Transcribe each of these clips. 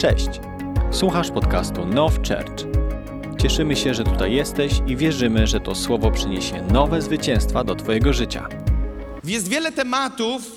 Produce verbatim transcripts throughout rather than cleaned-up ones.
Cześć! Słuchasz podcastu Now Church. Cieszymy się, że tutaj jesteś i wierzymy, że to słowo przyniesie nowe zwycięstwa do Twojego życia. Jest wiele tematów,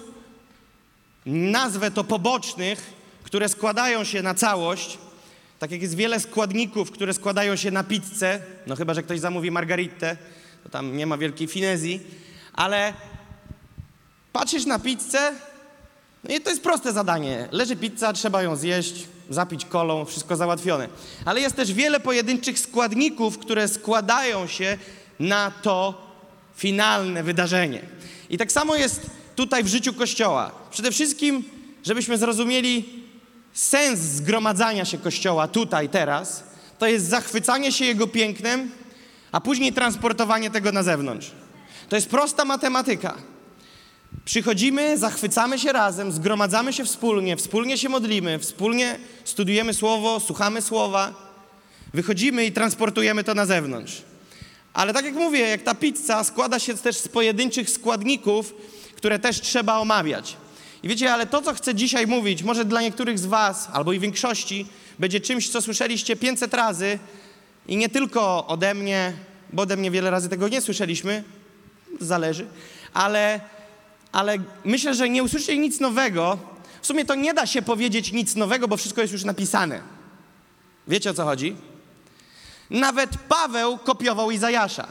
nazwę to pobocznych, które składają się na całość. Tak jak jest wiele składników, które składają się na pizzę, no chyba że ktoś zamówi margaritę, to tam nie ma wielkiej finezji, ale patrzysz na pizzę, no i to jest proste zadanie. Leży pizza, trzeba ją zjeść, zapić kolą, wszystko załatwione. Ale jest też wiele pojedynczych składników, które składają się na to finalne wydarzenie. I tak samo jest tutaj w życiu Kościoła. Przede wszystkim, żebyśmy zrozumieli sens zgromadzania się Kościoła tutaj, teraz, to jest zachwycanie się Jego pięknem, a później transportowanie tego na zewnątrz. To jest prosta matematyka. Przychodzimy, zachwycamy się razem, zgromadzamy się wspólnie, wspólnie się modlimy, wspólnie studiujemy Słowo, słuchamy Słowa, wychodzimy i transportujemy to na zewnątrz. Ale tak jak mówię, jak ta pizza składa się też z pojedynczych składników, które też trzeba omawiać. I wiecie, ale to, co chcę dzisiaj mówić, może dla niektórych z was, albo i większości, będzie czymś, co słyszeliście pięćset razy i nie tylko ode mnie, bo ode mnie wiele razy tego nie słyszeliśmy, zależy, ale... Ale myślę, że nie usłyszycie nic nowego. W sumie to nie da się powiedzieć nic nowego, bo wszystko jest już napisane. Wiecie, o co chodzi? Nawet Paweł kopiował Izajasza.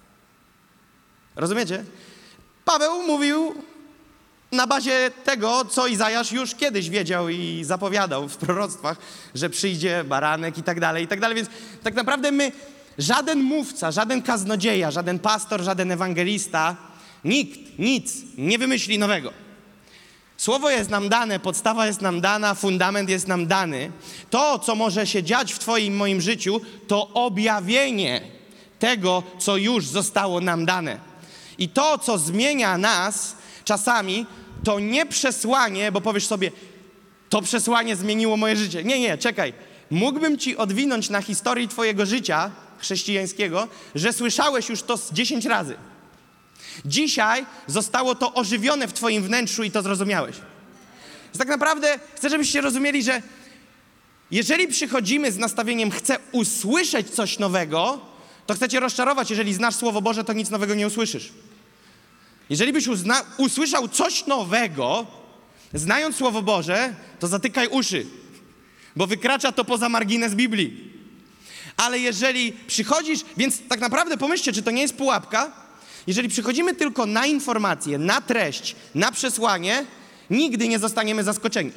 Rozumiecie? Paweł mówił na bazie tego, co Izajasz już kiedyś wiedział i zapowiadał w proroctwach, że przyjdzie baranek i tak dalej, i tak dalej. Więc tak naprawdę my, żaden mówca, żaden kaznodzieja, żaden pastor, żaden ewangelista, nikt, nic nie wymyśli nowego. Słowo jest nam dane, podstawa jest nam dana, fundament jest nam dany. To, co może się dziać w twoim, moim życiu, to objawienie tego, co już zostało nam dane. I to, co zmienia nas czasami, to nie przesłanie, bo powiesz sobie, to przesłanie zmieniło moje życie. Nie, nie, czekaj. Mógłbym ci odwinąć na historii twojego życia chrześcijańskiego, że słyszałeś już to z dziesięć razy. Dzisiaj zostało to ożywione w twoim wnętrzu i to zrozumiałeś. Więc tak naprawdę chcę, żebyście rozumieli, że jeżeli przychodzimy z nastawieniem chcę usłyszeć coś nowego, to chcę cię rozczarować. Jeżeli znasz Słowo Boże, to nic nowego nie usłyszysz. Jeżeli byś uzna- usłyszał coś nowego, znając Słowo Boże, to zatykaj uszy, bo wykracza to poza margines Biblii. Ale jeżeli przychodzisz, więc tak naprawdę pomyślcie, czy to nie jest pułapka. Jeżeli przychodzimy tylko na informację, na treść, na przesłanie, nigdy nie zostaniemy zaskoczeni.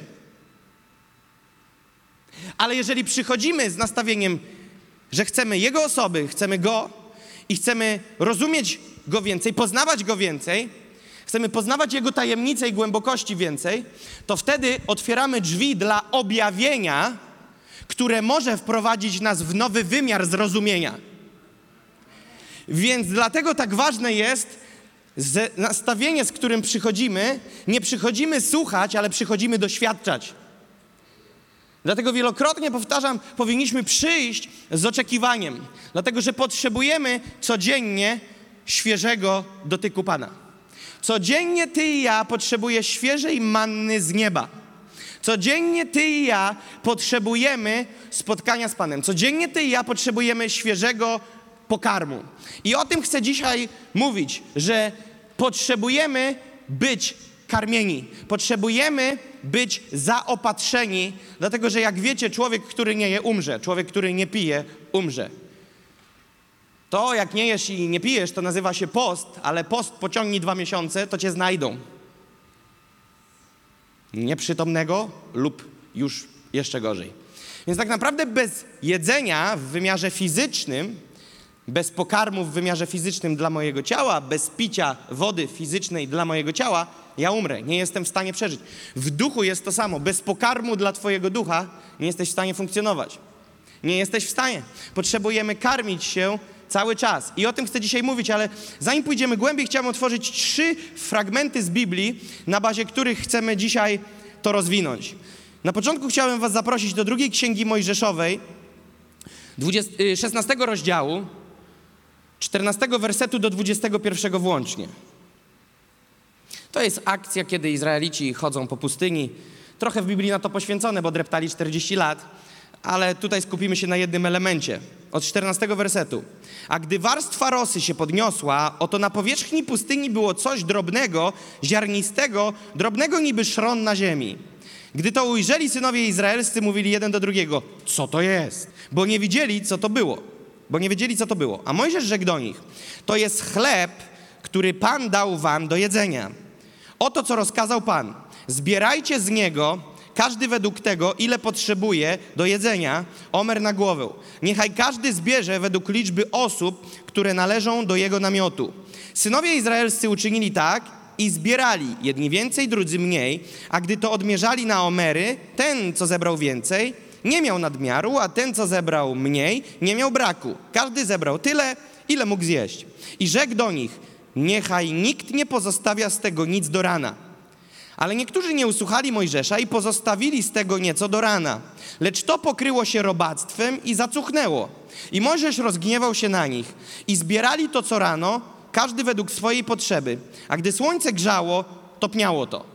Ale jeżeli przychodzimy z nastawieniem, że chcemy Jego osoby, chcemy Go i chcemy rozumieć Go więcej, poznawać Go więcej, chcemy poznawać Jego tajemnice i głębokości więcej, to wtedy otwieramy drzwi dla objawienia, które może wprowadzić nas w nowy wymiar zrozumienia. Więc dlatego tak ważne jest nastawienie, z którym przychodzimy. Nie przychodzimy słuchać, ale przychodzimy doświadczać. Dlatego wielokrotnie powtarzam, powinniśmy przyjść z oczekiwaniem. Dlatego, że potrzebujemy codziennie świeżego dotyku Pana. Codziennie ty i ja potrzebujemy świeżej manny z nieba. Codziennie ty i ja potrzebujemy spotkania z Panem. Codziennie ty i ja potrzebujemy świeżego pokarmu. I o tym chcę dzisiaj mówić, że potrzebujemy być karmieni. Potrzebujemy być zaopatrzeni, dlatego że jak wiecie, człowiek, który nie je, umrze. Człowiek, który nie pije, umrze. To, jak nie jesz i nie pijesz, to nazywa się post, ale post pociągnij dwa miesiące, to cię znajdą. Nieprzytomnego lub już jeszcze gorzej. Więc tak naprawdę bez jedzenia w wymiarze fizycznym, bez pokarmu w wymiarze fizycznym dla mojego ciała, bez picia wody fizycznej dla mojego ciała, ja umrę, nie jestem w stanie przeżyć. W duchu jest to samo. Bez pokarmu dla twojego ducha nie jesteś w stanie funkcjonować. Nie jesteś w stanie. Potrzebujemy karmić się cały czas. I o tym chcę dzisiaj mówić, ale zanim pójdziemy głębiej, chciałem otworzyć trzy fragmenty z Biblii, na bazie których chcemy dzisiaj to rozwinąć. Na początku chciałem was zaprosić do drugiej Księgi Mojżeszowej, szesnastego rozdziału, czternastego wersetu do dwudziestego pierwszego włącznie. To jest akcja, kiedy Izraelici chodzą po pustyni. trochę w Biblii na to poświęcone, bo dreptali czterdzieści lat, ale tutaj skupimy się na jednym elemencie. Od czternastego wersetu. A gdy warstwa rosy się podniosła, oto na powierzchni pustyni było coś drobnego, ziarnistego, drobnego niby szron na ziemi. Gdy to ujrzeli synowie izraelscy, mówili jeden do drugiego, co to jest? Bo nie widzieli, co to było. Bo nie wiedzieli, co to było. A Mojżesz rzekł do nich, to jest chleb, który Pan dał wam do jedzenia. Oto, co rozkazał Pan. Zbierajcie z niego, każdy według tego, ile potrzebuje do jedzenia, omer na głowę. Niechaj każdy zbierze według liczby osób, które należą do jego namiotu. Synowie izraelscy uczynili tak i zbierali, jedni więcej, drudzy mniej, a gdy to odmierzali na omery, ten, co zebrał więcej, nie miał nadmiaru, a ten, co zebrał mniej, nie miał braku. Każdy zebrał tyle, ile mógł zjeść. I rzekł do nich, niechaj nikt nie pozostawia z tego nic do rana. Ale niektórzy nie usłuchali Mojżesza i pozostawili z tego nieco do rana. Lecz to pokryło się robactwem i zacuchnęło. I Mojżesz rozgniewał się na nich. I zbierali to co rano, każdy według swojej potrzeby. A gdy słońce grzało, topniało to.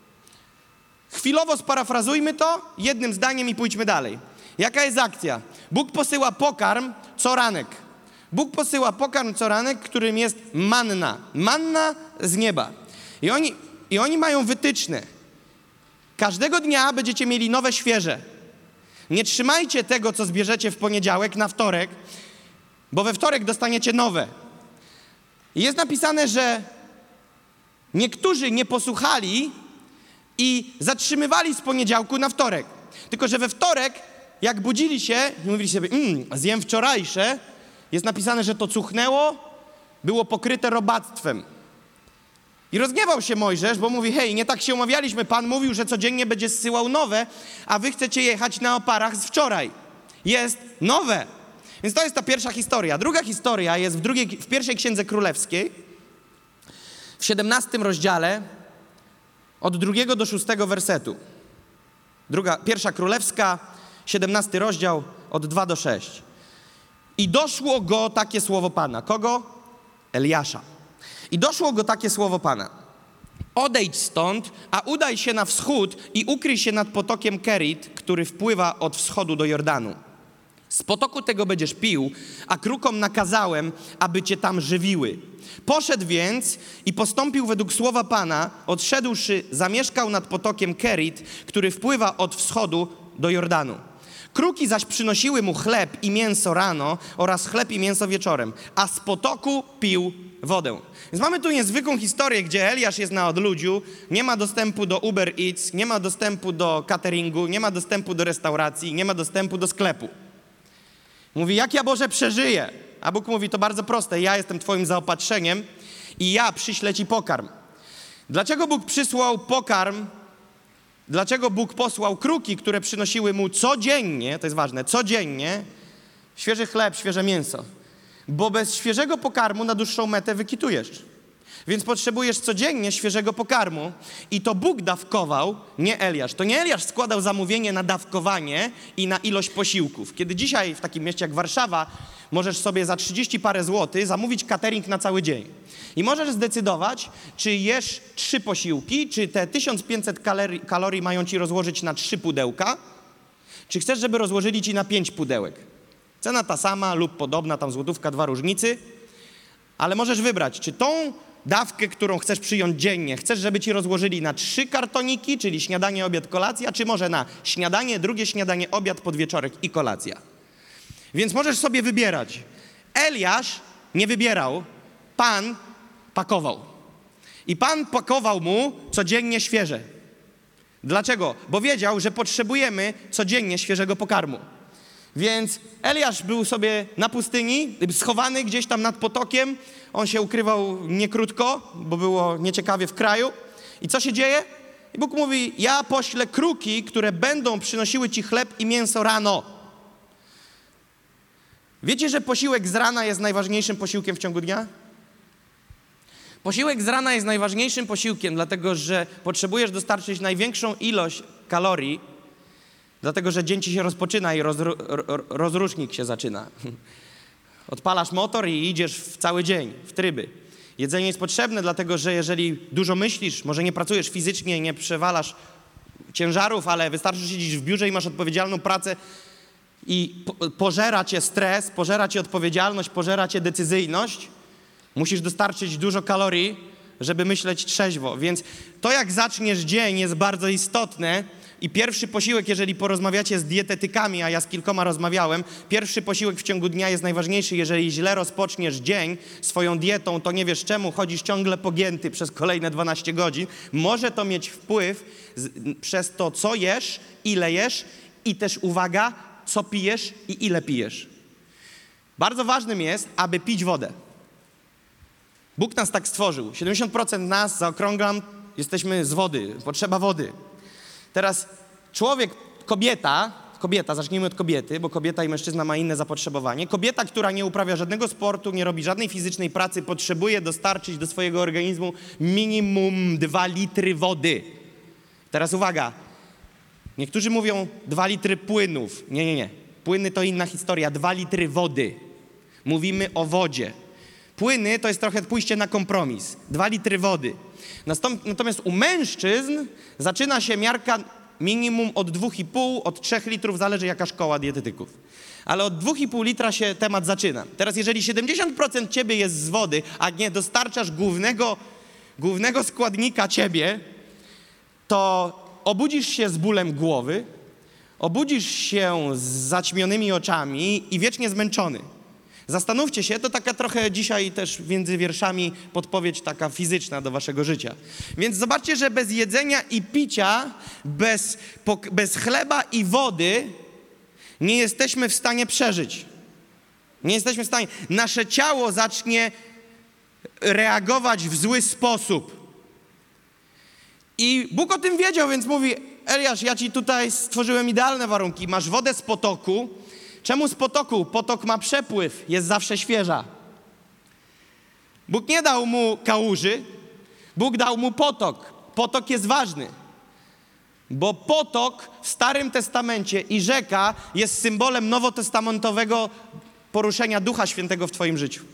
Chwilowo sparafrazujmy to jednym zdaniem i pójdźmy dalej. Jaka jest akcja? Bóg posyła pokarm co ranek. Bóg posyła pokarm co ranek, którym jest manna. Manna z nieba. I oni... I oni mają wytyczne. Każdego dnia będziecie mieli nowe, świeże. Nie trzymajcie tego, co zbierzecie w poniedziałek na wtorek, bo we wtorek dostaniecie nowe. I jest napisane, że niektórzy nie posłuchali i zatrzymywali z poniedziałku na wtorek. Tylko że we wtorek, jak budzili się i mówili sobie, mmm, zjem wczorajsze, jest napisane, że to cuchnęło, było pokryte robactwem. I rozgniewał się Mojżesz, bo mówi, hej, nie tak się umawialiśmy, Pan mówił, że codziennie będzie zsyłał nowe, a wy chcecie jechać na oparach z wczoraj. Jest nowe. Więc to jest ta pierwsza historia. Druga historia jest w, drugiej, w pierwszej Księdze Królewskiej, w siedemnastym rozdziale, od drugiego do szóstego wersetu. Druga, pierwsza Królewska, siedemnasty rozdział, od dwa do sześć. I doszło go takie słowo Pana. Kogo? Eliasza. I doszło go takie słowo Pana. Odejdź stąd, a udaj się na wschód i ukryj się nad potokiem Kerit, który wpływa od wschodu do Jordanu. Z potoku tego będziesz pił, a krukom nakazałem, aby cię tam żywiły. Poszedł więc i postąpił według słowa Pana, odszedłszy, zamieszkał nad potokiem Kerit, który wpływa od wschodu do Jordanu. Kruki zaś przynosiły mu chleb i mięso rano oraz chleb i mięso wieczorem, a z potoku pił wodę. Więc mamy tu niezwykłą historię, gdzie Eliasz jest na odludziu, nie ma dostępu do Uber Eats, nie ma dostępu do cateringu, nie ma dostępu do restauracji, nie ma dostępu do sklepu. Mówi, jak ja Boże przeżyję? A Bóg mówi, to bardzo proste, ja jestem twoim zaopatrzeniem i ja przyślę ci pokarm. Dlaczego Bóg przysłał pokarm? Dlaczego Bóg posłał kruki, które przynosiły mu codziennie, to jest ważne, codziennie, świeży chleb, świeże mięso? Bo bez świeżego pokarmu na dłuższą metę wykitujesz. Więc potrzebujesz codziennie świeżego pokarmu i to Bóg dawkował, nie Eliasz. To nie Eliasz składał zamówienie na dawkowanie i na ilość posiłków. Kiedy dzisiaj w takim mieście jak Warszawa możesz sobie za trzydzieści parę złotych zamówić catering na cały dzień. I możesz zdecydować, czy jesz trzy posiłki, czy te tysiąc pięćset kalorii, kalorii mają ci rozłożyć na trzy pudełka, czy chcesz, żeby rozłożyli ci na pięć pudełek. Cena ta sama lub podobna, tam złotówka, dwa różnicy, ale możesz wybrać, czy tą dawkę, którą chcesz przyjąć dziennie, chcesz, żeby ci rozłożyli na trzy kartoniki, czyli śniadanie, obiad, kolacja, czy może na śniadanie, drugie śniadanie, obiad, podwieczorek i kolacja. Więc możesz sobie wybierać. Eliasz nie wybierał, Pan pakował. I Pan pakował mu codziennie świeże. Dlaczego? Bo wiedział, że potrzebujemy codziennie świeżego pokarmu. Więc Eliasz był sobie na pustyni, schowany gdzieś tam nad potokiem. On się ukrywał niekrótko, bo było nieciekawie w kraju. I co się dzieje? I Bóg mówi, ja poślę kruki, które będą przynosiły ci chleb i mięso rano. Wiecie, że posiłek z rana jest najważniejszym posiłkiem w ciągu dnia? Posiłek z rana jest najważniejszym posiłkiem, dlatego że potrzebujesz dostarczyć największą ilość kalorii, dlatego że dzień ci się rozpoczyna i rozru, rozrusznik się zaczyna. Odpalasz motor i idziesz w cały dzień, w tryby. Jedzenie jest potrzebne, dlatego że jeżeli dużo myślisz, może nie pracujesz fizycznie, nie przewalasz ciężarów, ale wystarczy, że siedzisz w biurze i masz odpowiedzialną pracę i po, pożera cię stres, pożera cię odpowiedzialność, pożera cię decyzyjność. Musisz dostarczyć dużo kalorii, żeby myśleć trzeźwo. Więc to, jak zaczniesz dzień, jest bardzo istotne. I pierwszy posiłek, jeżeli porozmawiacie z dietetykami, a ja z kilkoma rozmawiałem, pierwszy posiłek w ciągu dnia jest najważniejszy. Jeżeli źle rozpoczniesz dzień swoją dietą, to nie wiesz czemu, chodzisz ciągle pogięty przez kolejne dwanaście godzin. Może to mieć wpływ z, przez to, co jesz, ile jesz i też, uwaga, co pijesz i ile pijesz. Bardzo ważnym jest, aby pić wodę. Bóg nas tak stworzył. siedemdziesiąt procent nas, zaokrąglam, jesteśmy z wody, potrzeba wody. Teraz człowiek, kobieta, kobieta, zacznijmy od kobiety, bo kobieta i mężczyzna ma inne zapotrzebowanie. Kobieta, która nie uprawia żadnego sportu, nie robi żadnej fizycznej pracy, potrzebuje dostarczyć do swojego organizmu minimum dwa litry wody. Teraz uwaga, niektórzy mówią dwa litry płynów. Nie, nie, nie. Płyny to inna historia, dwa litry wody. Mówimy o wodzie. Płyny to jest trochę pójście na kompromis. Dwa litry wody. Natomiast u mężczyzn zaczyna się miarka minimum od dwóch i pół, od trzech litrów, zależy jaka szkoła dietetyków. Ale od dwóch i pół litra się temat zaczyna. Teraz jeżeli siedemdziesiąt procent ciebie jest z wody, a nie dostarczasz głównego, głównego składnika ciebie, to obudzisz się z bólem głowy, obudzisz się z zaćmionymi oczami i wiecznie zmęczony. Zastanówcie się, to taka trochę dzisiaj też między wierszami podpowiedź taka fizyczna do waszego życia. Więc zobaczcie, że bez jedzenia i picia, bez, bez chleba i wody nie jesteśmy w stanie przeżyć. Nie jesteśmy w stanie. Nasze ciało zacznie reagować w zły sposób. I Bóg o tym wiedział, więc mówi: Eliasz, ja ci tutaj stworzyłem idealne warunki. Masz wodę z potoku. Czemu z potoku? Potok ma przepływ, jest zawsze świeża. Bóg nie dał mu kałuży, Bóg dał mu potok. Potok jest ważny, bo potok w Starym Testamencie i rzeka jest symbolem nowotestamentowego poruszenia Ducha Świętego w twoim życiu.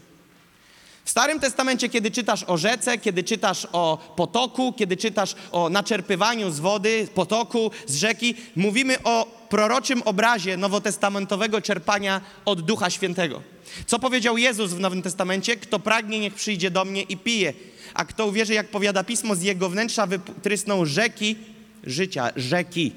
W Starym Testamencie, kiedy czytasz o rzece, kiedy czytasz o potoku, kiedy czytasz o naczerpywaniu z wody, potoku, z rzeki, mówimy o proroczym obrazie nowotestamentowego czerpania od Ducha Świętego. Co powiedział Jezus w Nowym Testamencie? Kto pragnie, niech przyjdzie do mnie i pije. A kto uwierzy, jak powiada Pismo, z jego wnętrza wytrysną rzeki życia. Rzeki.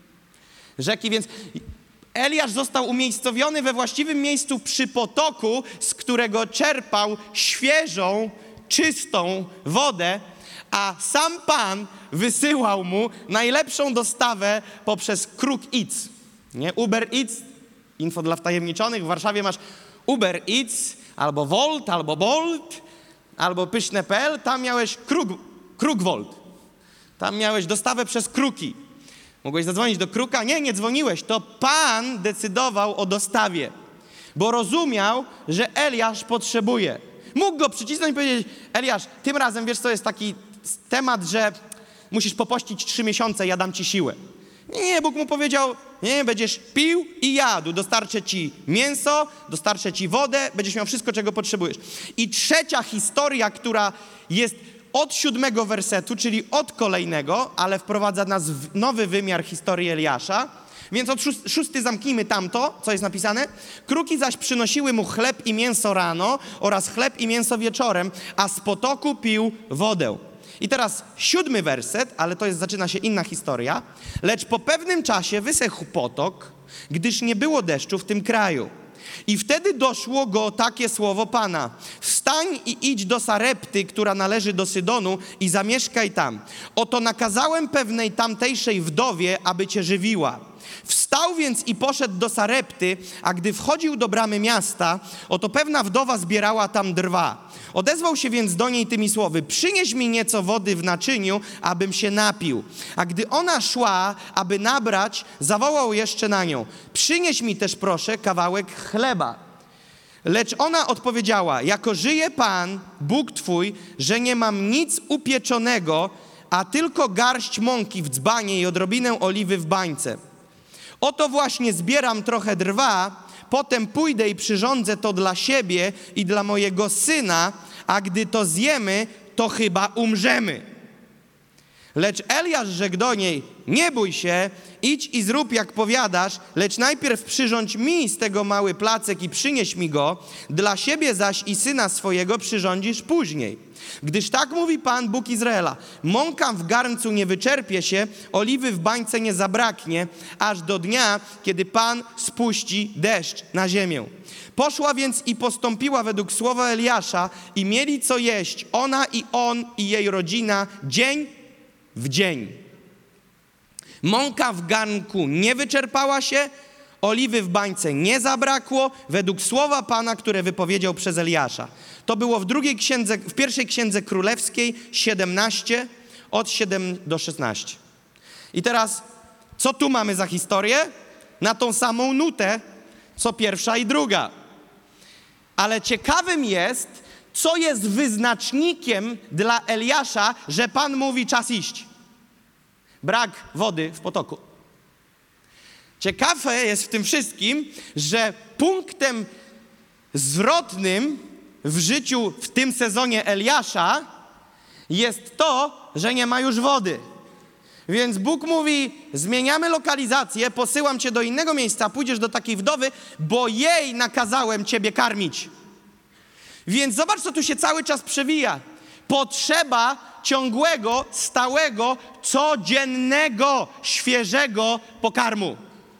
Rzeki, więc Eliasz został umiejscowiony we właściwym miejscu przy potoku, z którego czerpał świeżą, czystą wodę, a sam Pan wysyłał mu najlepszą dostawę poprzez Kruk Eats. Nie? Uber Eats, info dla wtajemniczonych, w Warszawie masz Uber Eats, albo Volt, albo Bolt, albo pyszne kropka pe el, tam miałeś Kruk, Kruk Volt. Tam miałeś dostawę przez Kruki. Mogłeś zadzwonić do Kruka? Nie, nie dzwoniłeś. To Pan decydował o dostawie, bo rozumiał, że Eliasz potrzebuje. Mógł go przycisnąć i powiedzieć: Eliasz, tym razem, wiesz co, jest taki temat, że musisz popościć trzy miesiące, ja dam ci siłę. Nie, nie, Bóg mu powiedział: nie, będziesz pił i jadł. Dostarczę ci mięso, dostarczę ci wodę, będziesz miał wszystko, czego potrzebujesz. I trzecia historia, która jest od siódmego wersetu, czyli od kolejnego, ale wprowadza nas w nowy wymiar historii Eliasza. Więc od szósty, szósty zamknijmy tamto, co jest napisane. Kruki zaś przynosiły mu chleb i mięso rano oraz chleb i mięso wieczorem, a z potoku pił wodę. I teraz siódmy werset, ale to jest, zaczyna się inna historia. Lecz po pewnym czasie wysechł potok, gdyż nie było deszczu w tym kraju. I wtedy doszło go takie słowo Pana: wstań i idź do Sarepty, która należy do Sydonu, i zamieszkaj tam. Oto nakazałem pewnej tamtejszej wdowie, aby cię żywiła. Wstał więc i poszedł do Sarepty, a gdy wchodził do bramy miasta, oto pewna wdowa zbierała tam drwa. Odezwał się więc do niej tymi słowy: przynieś mi nieco wody w naczyniu, abym się napił. A gdy ona szła, aby nabrać, zawołał jeszcze na nią: przynieś mi też, proszę, kawałek chleba. Lecz ona odpowiedziała: jako żyje Pan, Bóg twój, że nie mam nic upieczonego, a tylko garść mąki w dzbanie i odrobinę oliwy w bańce. Oto właśnie zbieram trochę drwa, potem pójdę i przyrządzę to dla siebie i dla mojego syna, a gdy to zjemy, to chyba umrzemy. Lecz Eliasz rzekł do niej: nie bój się, idź i zrób jak powiadasz, lecz najpierw przyrządź mi z tego mały placek i przynieś mi go, dla siebie zaś i syna swojego przyrządzisz później. Gdyż tak mówi Pan, Bóg Izraela: mąka w garncu nie wyczerpie się, oliwy w bańce nie zabraknie, aż do dnia, kiedy Pan spuści deszcz na ziemię. Poszła więc i postąpiła według słowa Eliasza i mieli co jeść, ona i on i jej rodzina, dzień w dzień. Mąka w garnku nie wyczerpała się, oliwy w bańce nie zabrakło, według słowa Pana, które wypowiedział przez Eliasza. To było w drugiej księdze, w pierwszej księdze królewskiej siedemnaście, od siedem do szesnastu. I teraz, co tu mamy za historię? Na tą samą nutę, co pierwsza i druga. Ale ciekawym jest, co jest wyznacznikiem dla Eliasza, że Pan mówi czas iść. Brak wody w potoku. Ciekawe jest w tym wszystkim, że punktem zwrotnym w życiu w tym sezonie Eliasza jest to, że nie ma już wody. Więc Bóg mówi: zmieniamy lokalizację, posyłam cię do innego miejsca, pójdziesz do takiej wdowy, bo jej nakazałem ciebie karmić. Więc zobacz, co tu się cały czas przewija. Potrzeba ciągłego, stałego, codziennego, świeżego pokarmu.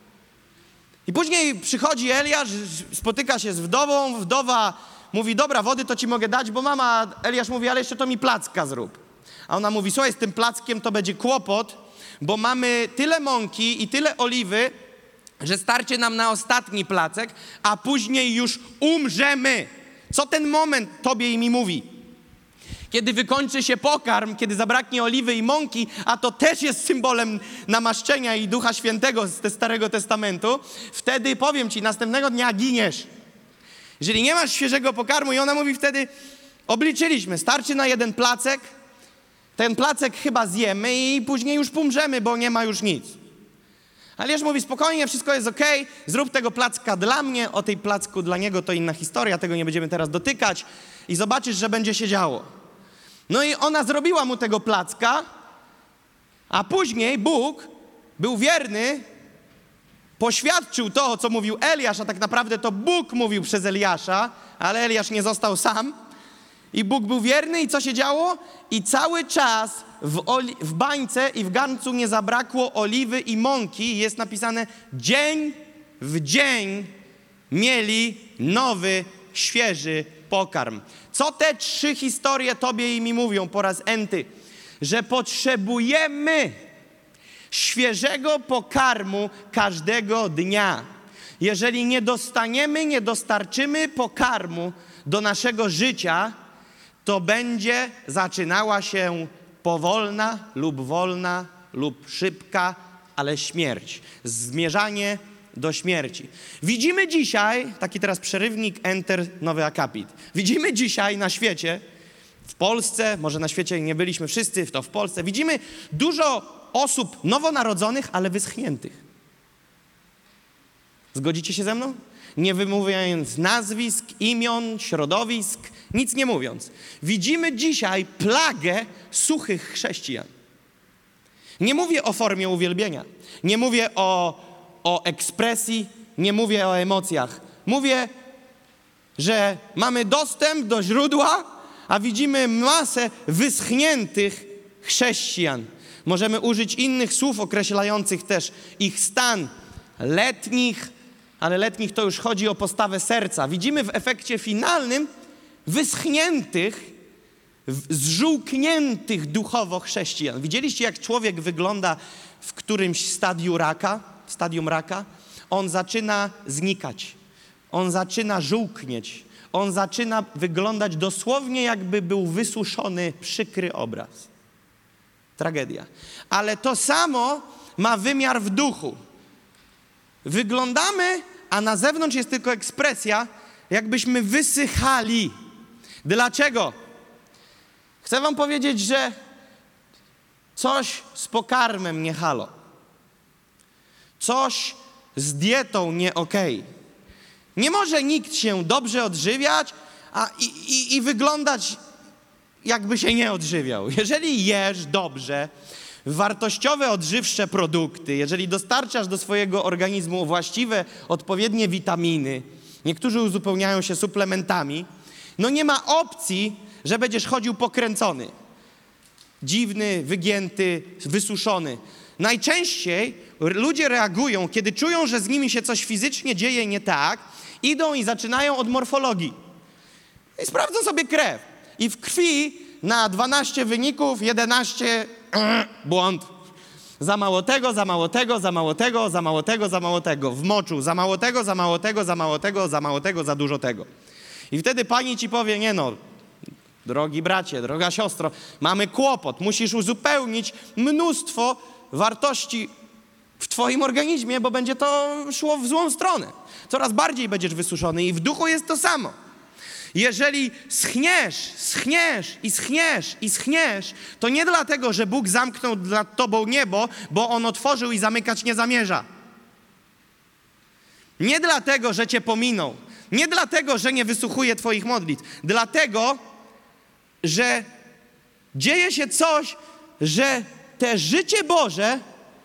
I później przychodzi Eliasz, spotyka się z wdową, wdowa mówi: dobra, wody to ci mogę dać, bo mama, Eliasz mówi: ale jeszcze to mi placka zrób. A ona mówi: słuchaj, z tym plackiem to będzie kłopot, bo mamy tyle mąki i tyle oliwy, że starczy nam na ostatni placek, a później już umrzemy. Co ten moment tobie i mi mówi? Kiedy wykończy się pokarm, kiedy zabraknie oliwy i mąki, a to też jest symbolem namaszczenia i Ducha Świętego z Starego Testamentu, wtedy powiem ci, następnego dnia giniesz. Jeżeli nie masz świeżego pokarmu, i ona mówi wtedy: obliczyliśmy, starczy na jeden placek, ten placek chyba zjemy i później już umrzemy, bo nie ma już nic. Eliasz mówi: spokojnie, wszystko jest okej, zrób tego placka dla mnie, o tej placku dla niego to inna historia, tego nie będziemy teraz dotykać i zobaczysz, że będzie się działo. No i ona zrobiła mu tego placka, a później Bóg był wierny, poświadczył to, co mówił Eliasz, a tak naprawdę to Bóg mówił przez Eliasza, ale Eliasz nie został sam. I Bóg był wierny i co się działo? I cały czas w, oli- w bańce i w garncu nie zabrakło oliwy i mąki. Jest napisane: dzień w dzień mieli nowy, świeży pokarm. Co te trzy historie tobie i mi mówią po raz enty? Że potrzebujemy świeżego pokarmu każdego dnia. Jeżeli nie dostaniemy, nie dostarczymy pokarmu do naszego życia, to będzie zaczynała się powolna lub wolna lub szybka, ale śmierć. Zmierzanie do śmierci. Widzimy dzisiaj, taki teraz przerywnik, enter, nowy akapit. Widzimy dzisiaj na świecie, w Polsce, może na świecie nie byliśmy wszyscy, to w Polsce, widzimy dużo osób nowonarodzonych, ale wyschniętych. Zgodzicie się ze mną? Nie wymówiając nazwisk, imion, środowisk, nic nie mówiąc. Widzimy dzisiaj plagę suchych chrześcijan. Nie mówię o formie uwielbienia. Nie mówię o, o ekspresji. Nie mówię o emocjach. Mówię, że mamy dostęp do źródła, a widzimy masę wyschniętych chrześcijan. Możemy użyć innych słów określających też ich stan, letnich, ale letnich to już chodzi o postawę serca. Widzimy w efekcie finalnym wyschniętych, zżółkniętych duchowo chrześcijan. Widzieliście, jak człowiek wygląda w którymś stadium raka? Stadium raka? On zaczyna znikać. On zaczyna żółknieć. On zaczyna wyglądać dosłownie, jakby był wysuszony, przykry obraz. Tragedia. Ale to samo ma wymiar w duchu. Wyglądamy, a na zewnątrz jest tylko ekspresja, jakbyśmy wysychali. Dlaczego? Chcę wam powiedzieć, że coś z pokarmem nie halo. Coś z dietą nie okej. Nie może nikt się dobrze odżywiać a i, i, i wyglądać, jakby się nie odżywiał. Jeżeli jesz dobrze, wartościowe, odżywcze produkty, jeżeli dostarczasz do swojego organizmu właściwe, odpowiednie witaminy, niektórzy uzupełniają się suplementami, no nie ma opcji, że będziesz chodził pokręcony. Dziwny, wygięty, wysuszony. Najczęściej ludzie reagują, kiedy czują, że z nimi się coś fizycznie dzieje nie tak, idą i zaczynają od morfologii. I sprawdzą sobie krew. I w krwi na dwanaście wyników, jedenaście błąd. Za mało tego, za mało tego, za mało tego, za mało tego, za mało tego. W moczu za mało tego, za mało tego, za mało tego, za mało tego, za dużo tego. I wtedy pani ci powie, nie no, drogi bracie, droga siostro, mamy kłopot, musisz uzupełnić mnóstwo wartości w twoim organizmie, bo będzie to szło w złą stronę. Coraz bardziej będziesz wysuszony i w duchu jest to samo. Jeżeli schniesz, schniesz i schniesz i schniesz, to nie dlatego, że Bóg zamknął nad tobą niebo, bo On otworzył i zamykać nie zamierza. Nie dlatego, że cię pominął. Nie dlatego, że nie wysłuchuje twoich modlitw. Dlatego, że dzieje się coś, że te życie Boże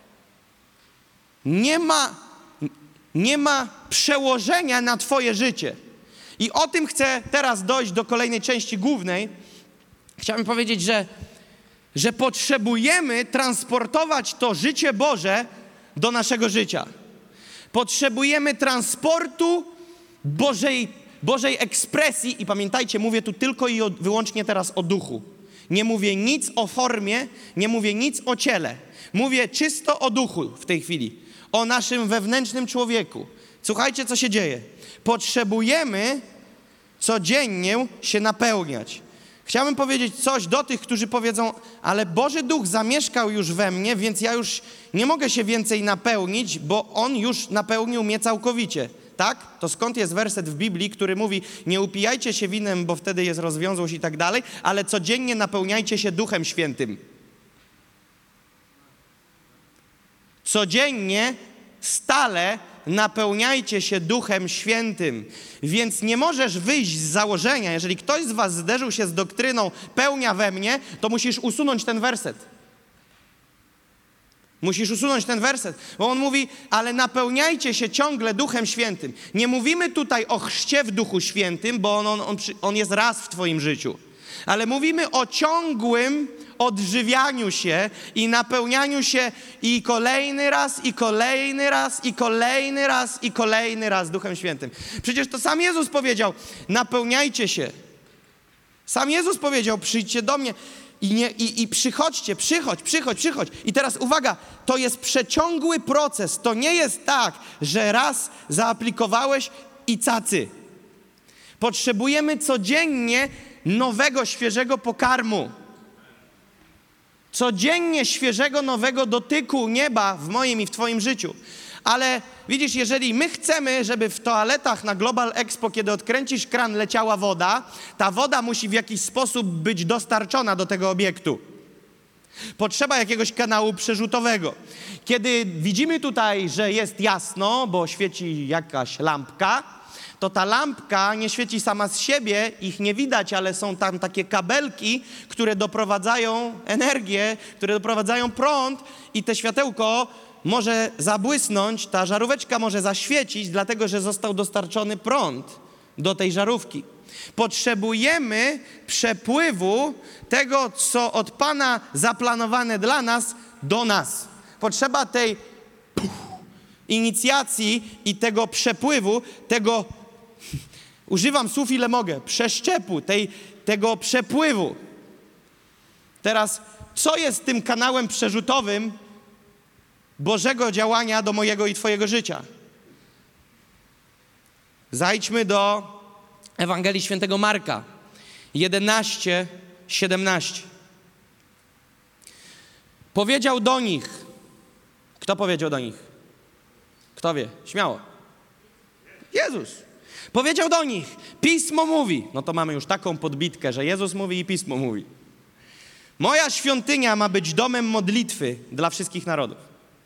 nie ma, nie ma przełożenia na twoje życie. I o tym chcę teraz dojść do kolejnej części głównej. Chciałbym powiedzieć, że, że potrzebujemy transportować to życie Boże do naszego życia. Potrzebujemy transportu Bożej, Bożej ekspresji i pamiętajcie, mówię tu tylko i o, wyłącznie teraz o duchu. Nie mówię nic o formie, nie mówię nic o ciele. Mówię czysto o duchu w tej chwili, o naszym wewnętrznym człowieku. Słuchajcie, co się dzieje. Potrzebujemy codziennie się napełniać. Chciałbym powiedzieć coś do tych, którzy powiedzą, ale Boży Duch zamieszkał już we mnie, więc ja już nie mogę się więcej napełnić, bo On już napełnił mnie całkowicie. Tak? To skąd jest werset w Biblii, który mówi, nie upijajcie się winem, bo wtedy jest rozwiązłość i tak dalej, ale codziennie napełniajcie się Duchem Świętym. Codziennie, stale napełniajcie się Duchem Świętym. Więc nie możesz wyjść z założenia, jeżeli ktoś z was zderzył się z doktryną pełnia we mnie, to musisz usunąć ten werset. Musisz usunąć ten werset, bo on mówi, ale napełniajcie się ciągle Duchem Świętym. Nie mówimy tutaj o chrzcie w Duchu Świętym, bo on, on, on, on jest raz w twoim życiu. Ale mówimy o ciągłym odżywianiu się i napełnianiu się i kolejny raz, i kolejny raz, i kolejny raz, i kolejny raz Duchem Świętym. Przecież to sam Jezus powiedział, napełniajcie się. Sam Jezus powiedział, przyjdźcie do mnie i, nie, i, i przychodźcie, przychodź, przychodź, przychodź. I teraz uwaga, to jest przeciągły proces. To nie jest tak, że raz zaaplikowałeś i cacy. Potrzebujemy codziennie nowego, świeżego pokarmu. Codziennie świeżego, nowego dotyku nieba w moim i w twoim życiu. Ale widzisz, jeżeli my chcemy, żeby w toaletach na Global Expo, kiedy odkręcisz kran, leciała woda, ta woda musi w jakiś sposób być dostarczona do tego obiektu. Potrzeba jakiegoś kanału przerzutowego. Kiedy widzimy tutaj, że jest jasno, bo świeci jakaś lampka, to ta lampka nie świeci sama z siebie, ich nie widać, ale są tam takie kabelki, które doprowadzają energię, które doprowadzają prąd i te światełko może zabłysnąć, ta żaróweczka może zaświecić, dlatego że został dostarczony prąd do tej żarówki. Potrzebujemy przepływu tego, co od Pana zaplanowane dla nas, do nas. Potrzeba tej puf, inicjacji i tego przepływu, tego, używam słów ile mogę, przeszczepu, tej, tego przepływu. Teraz, co jest tym kanałem przerzutowym Bożego działania do mojego i twojego życia? Zajdźmy do Ewangelii Świętego Marka, jedenaście, siedemnaście. Powiedział do nich, kto powiedział do nich? Kto wie? Śmiało. Jezus. Powiedział do nich, Pismo mówi, no to mamy już taką podbitkę, że Jezus mówi i Pismo mówi. Moja świątynia ma być domem modlitwy dla wszystkich narodów.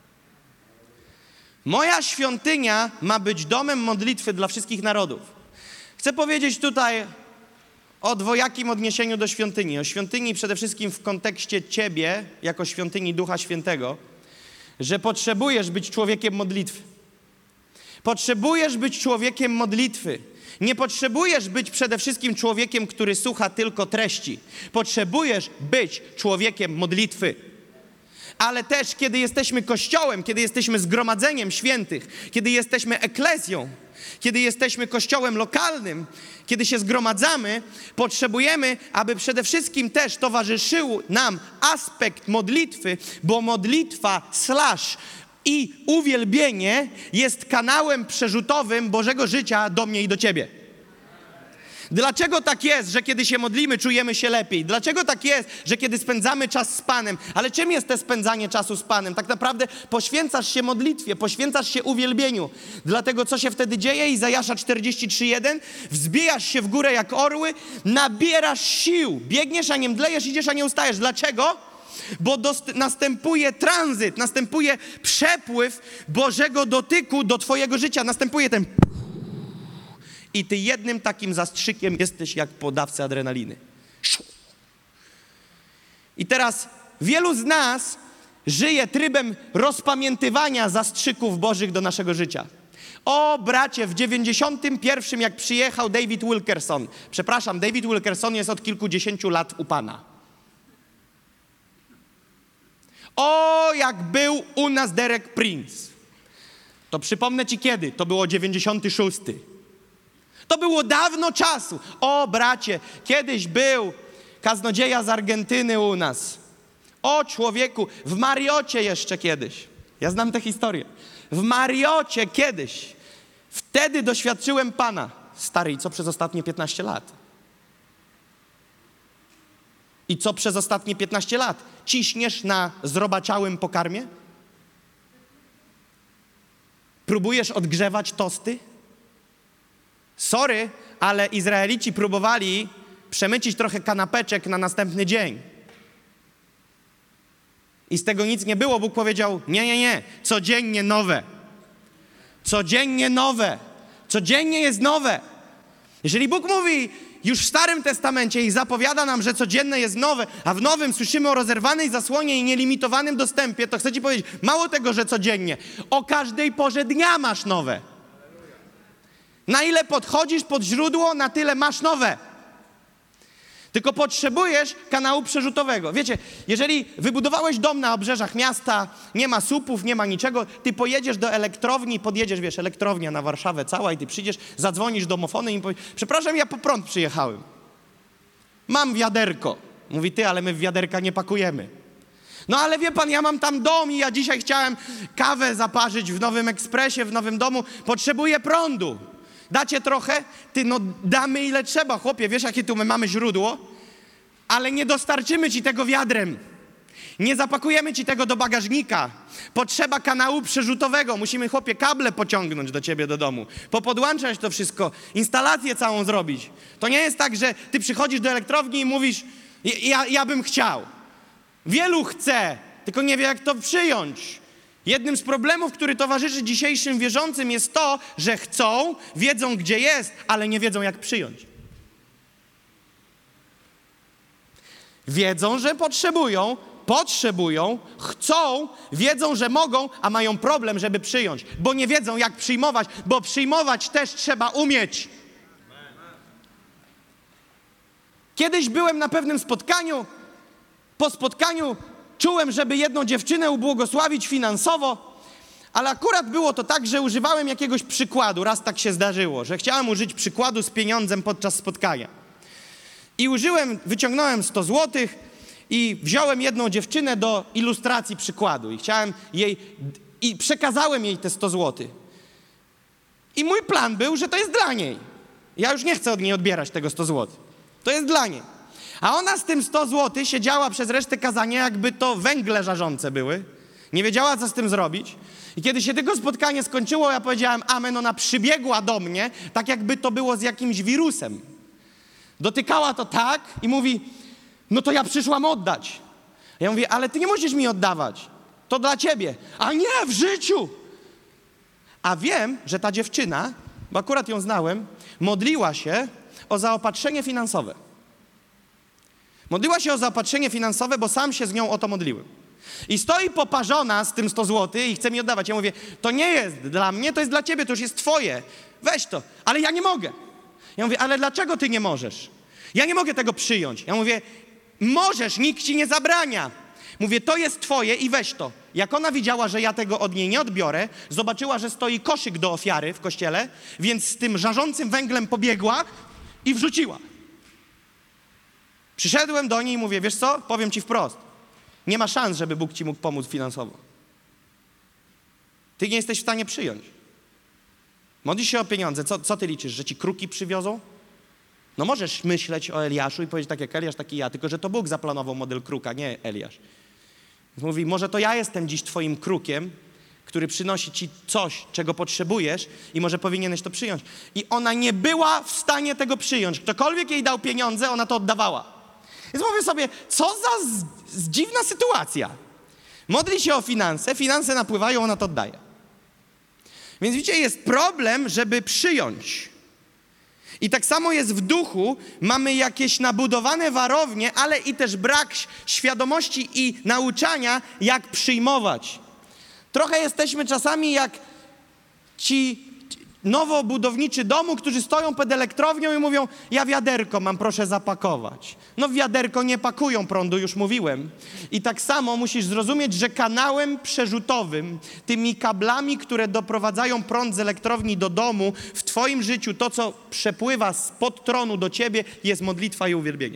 Moja świątynia ma być domem modlitwy dla wszystkich narodów. Chcę powiedzieć tutaj o dwojakim odniesieniu do świątyni. O świątyni przede wszystkim w kontekście ciebie, jako świątyni Ducha Świętego, że potrzebujesz być człowiekiem modlitwy. Potrzebujesz być człowiekiem modlitwy. Nie potrzebujesz być przede wszystkim człowiekiem, który słucha tylko treści. Potrzebujesz być człowiekiem modlitwy. Ale też, kiedy jesteśmy Kościołem, kiedy jesteśmy zgromadzeniem świętych, kiedy jesteśmy eklezją, kiedy jesteśmy kościołem lokalnym, kiedy się zgromadzamy, potrzebujemy, aby przede wszystkim też towarzyszył nam aspekt modlitwy, bo modlitwa slash i uwielbienie jest kanałem przerzutowym Bożego życia do mnie i do ciebie. Dlaczego tak jest, że kiedy się modlimy, czujemy się lepiej? Dlaczego tak jest, że kiedy spędzamy czas z Panem? Ale czym jest to spędzanie czasu z Panem? Tak naprawdę poświęcasz się modlitwie, poświęcasz się uwielbieniu. Dlatego co się wtedy dzieje? Izajasza czterdzieści trzy jeden. Wzbijasz się w górę jak orły, nabierasz sił. Biegniesz, a nie mdlejesz, idziesz, a nie ustajesz. Dlaczego? Bo dost- następuje tranzyt, następuje przepływ Bożego dotyku do twojego życia. Następuje ten... I ty jednym takim zastrzykiem jesteś jak po dawce adrenaliny. I teraz wielu z nas żyje trybem rozpamiętywania zastrzyków Bożych do naszego życia. O bracie, w dziewięćdziesiątym pierwszym jak przyjechał David Wilkerson. Przepraszam, David Wilkerson jest od kilkudziesięciu lat u Pana. O, jak był u nas Derek Prince. To przypomnę ci kiedy. To było dziewięćdziesiąty szósty. To było dawno czasu. O bracie, kiedyś był kaznodzieja z Argentyny u nas. O człowieku, w Mariocie jeszcze kiedyś. Ja znam tę historię. W Mariocie kiedyś. Wtedy doświadczyłem Pana. Stary, i co przez ostatnie piętnaście lat? I co przez ostatnie piętnaście lat? Ciśniesz na zrobaciałym pokarmie? Próbujesz odgrzewać tosty? Sorry, ale Izraelici próbowali przemycić trochę kanapeczek na następny dzień. I z tego nic nie było. Bóg powiedział, nie, nie, nie, codziennie nowe. Codziennie nowe. Codziennie jest nowe. Jeżeli Bóg mówi już w Starym Testamencie i zapowiada nam, że codzienne jest nowe, a w Nowym słyszymy o rozerwanej zasłonie i nielimitowanym dostępie, to chcę ci powiedzieć, mało tego, że codziennie, o każdej porze dnia masz nowe. Na ile podchodzisz pod źródło, na tyle masz nowe. Tylko potrzebujesz kanału przerzutowego. Wiecie, jeżeli wybudowałeś dom na obrzeżach miasta, nie ma słupów, nie ma niczego, ty pojedziesz do elektrowni, podjedziesz, wiesz, elektrownia na Warszawę cała i ty przyjdziesz, zadzwonisz domofony i im powiesz, przepraszam, ja po prąd przyjechałem. Mam wiaderko. Mówi, ty, ale my w wiaderka nie pakujemy. No ale wie pan, ja mam tam dom i ja dzisiaj chciałem kawę zaparzyć w Nowym Ekspresie, w nowym domu, potrzebuję prądu. Dacie trochę? Ty, no damy ile trzeba, chłopie, wiesz jakie tu my mamy źródło? Ale nie dostarczymy ci tego wiadrem. Nie zapakujemy ci tego do bagażnika. Potrzeba kanału przerzutowego. Musimy, chłopie, kable pociągnąć do ciebie do domu. Popodłączać to wszystko. Instalację całą zrobić. To nie jest tak, że ty przychodzisz do elektrowni i mówisz, ja, ja bym chciał. Wielu chce, tylko nie wie jak to przyjąć. Jednym z problemów, który towarzyszy dzisiejszym wierzącym jest to, że chcą, wiedzą gdzie jest, ale nie wiedzą jak przyjąć. Wiedzą, że potrzebują, potrzebują, chcą, wiedzą, że mogą, a mają problem, żeby przyjąć, bo nie wiedzą jak przyjmować, bo przyjmować też trzeba umieć. Kiedyś byłem na pewnym spotkaniu, po spotkaniu czułem, żeby jedną dziewczynę ubłogosławić finansowo, ale akurat było to tak, że używałem jakiegoś przykładu. Raz tak się zdarzyło, że chciałem użyć przykładu z pieniądzem podczas spotkania. I użyłem, wyciągnąłem sto złotych i wziąłem jedną dziewczynę do ilustracji przykładu. I chciałem jej, i przekazałem jej te sto złotych. I mój plan był, że to jest dla niej. Ja już nie chcę od niej odbierać tego sto złotych. To jest dla niej. A ona z tym sto złotych siedziała przez resztę kazania, jakby to węgle żarzące były. Nie wiedziała, co z tym zrobić. I kiedy się tego spotkanie skończyło, ja powiedziałem amen, ona przybiegła do mnie, tak jakby to było z jakimś wirusem. Dotykała to tak i mówi, no to ja przyszłam oddać. Ja mówię, ale ty nie musisz mi oddawać. To dla ciebie. A nie, w życiu. A wiem, że ta dziewczyna, bo akurat ją znałem, modliła się o zaopatrzenie finansowe. Modliła się o zaopatrzenie finansowe, bo sam się z nią o to modliłem. I stoi poparzona z tym sto złotych i chce mi oddawać. Ja mówię, to nie jest dla mnie, to jest dla ciebie, to już jest twoje. Weź to. Ale ja nie mogę. Ja mówię, ale dlaczego ty nie możesz? Ja nie mogę tego przyjąć. Ja mówię, możesz, nikt ci nie zabrania. Mówię, to jest twoje i weź to. Jak ona widziała, że ja tego od niej nie odbiorę, zobaczyła, że stoi koszyk do ofiary w kościele, więc z tym żarzącym węglem pobiegła i wrzuciła. Przyszedłem do niej i mówię, wiesz co, powiem ci wprost. Nie ma szans, żeby Bóg ci mógł pomóc finansowo. Ty nie jesteś w stanie przyjąć. Modlisz się o pieniądze. Co, co ty liczysz, że ci kruki przywiozą? No możesz myśleć o Eliaszu i powiedzieć tak jak Eliasz, tak i ja, tylko że to Bóg zaplanował model kruka, nie Eliasz. Więc mówi, może to ja jestem dziś twoim krukiem, który przynosi ci coś, czego potrzebujesz i może powinieneś to przyjąć. I ona nie była w stanie tego przyjąć. Ktokolwiek jej dał pieniądze, ona to oddawała. Więc mówię sobie, co za z, z dziwna sytuacja. Modli się o finanse, finanse napływają, ona to oddaje. Więc widzicie, jest problem, żeby przyjąć. I tak samo jest w duchu, mamy jakieś nabudowane warownie, ale i też brak świadomości i nauczania, jak przyjmować. Trochę jesteśmy czasami jak ci nowobudowniczy domu, którzy stoją pod elektrownią i mówią, ja wiaderko mam, proszę zapakować. No w wiaderko nie pakują prądu, już mówiłem. I tak samo musisz zrozumieć, że kanałem przerzutowym, tymi kablami, które doprowadzają prąd z elektrowni do domu, w twoim życiu to, co przepływa spod tronu do ciebie, jest modlitwa i uwielbienie.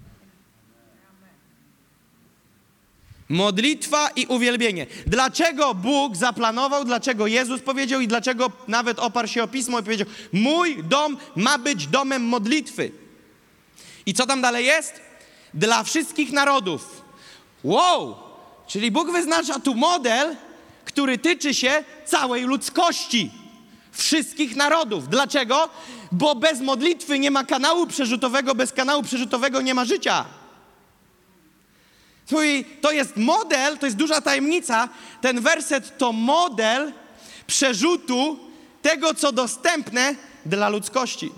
Modlitwa i uwielbienie. Dlaczego Bóg zaplanował, dlaczego Jezus powiedział i dlaczego nawet oparł się o Pismo i powiedział, mój dom ma być domem modlitwy. I co tam dalej jest? Dla wszystkich narodów. Wow! Czyli Bóg wyznacza tu model, który tyczy się całej ludzkości. Wszystkich narodów. Dlaczego? Bo bez modlitwy nie ma kanału przerzutowego, bez kanału przerzutowego nie ma życia. To jest model, to jest duża tajemnica. Ten werset to model przerzutu tego, co dostępne dla ludzkości.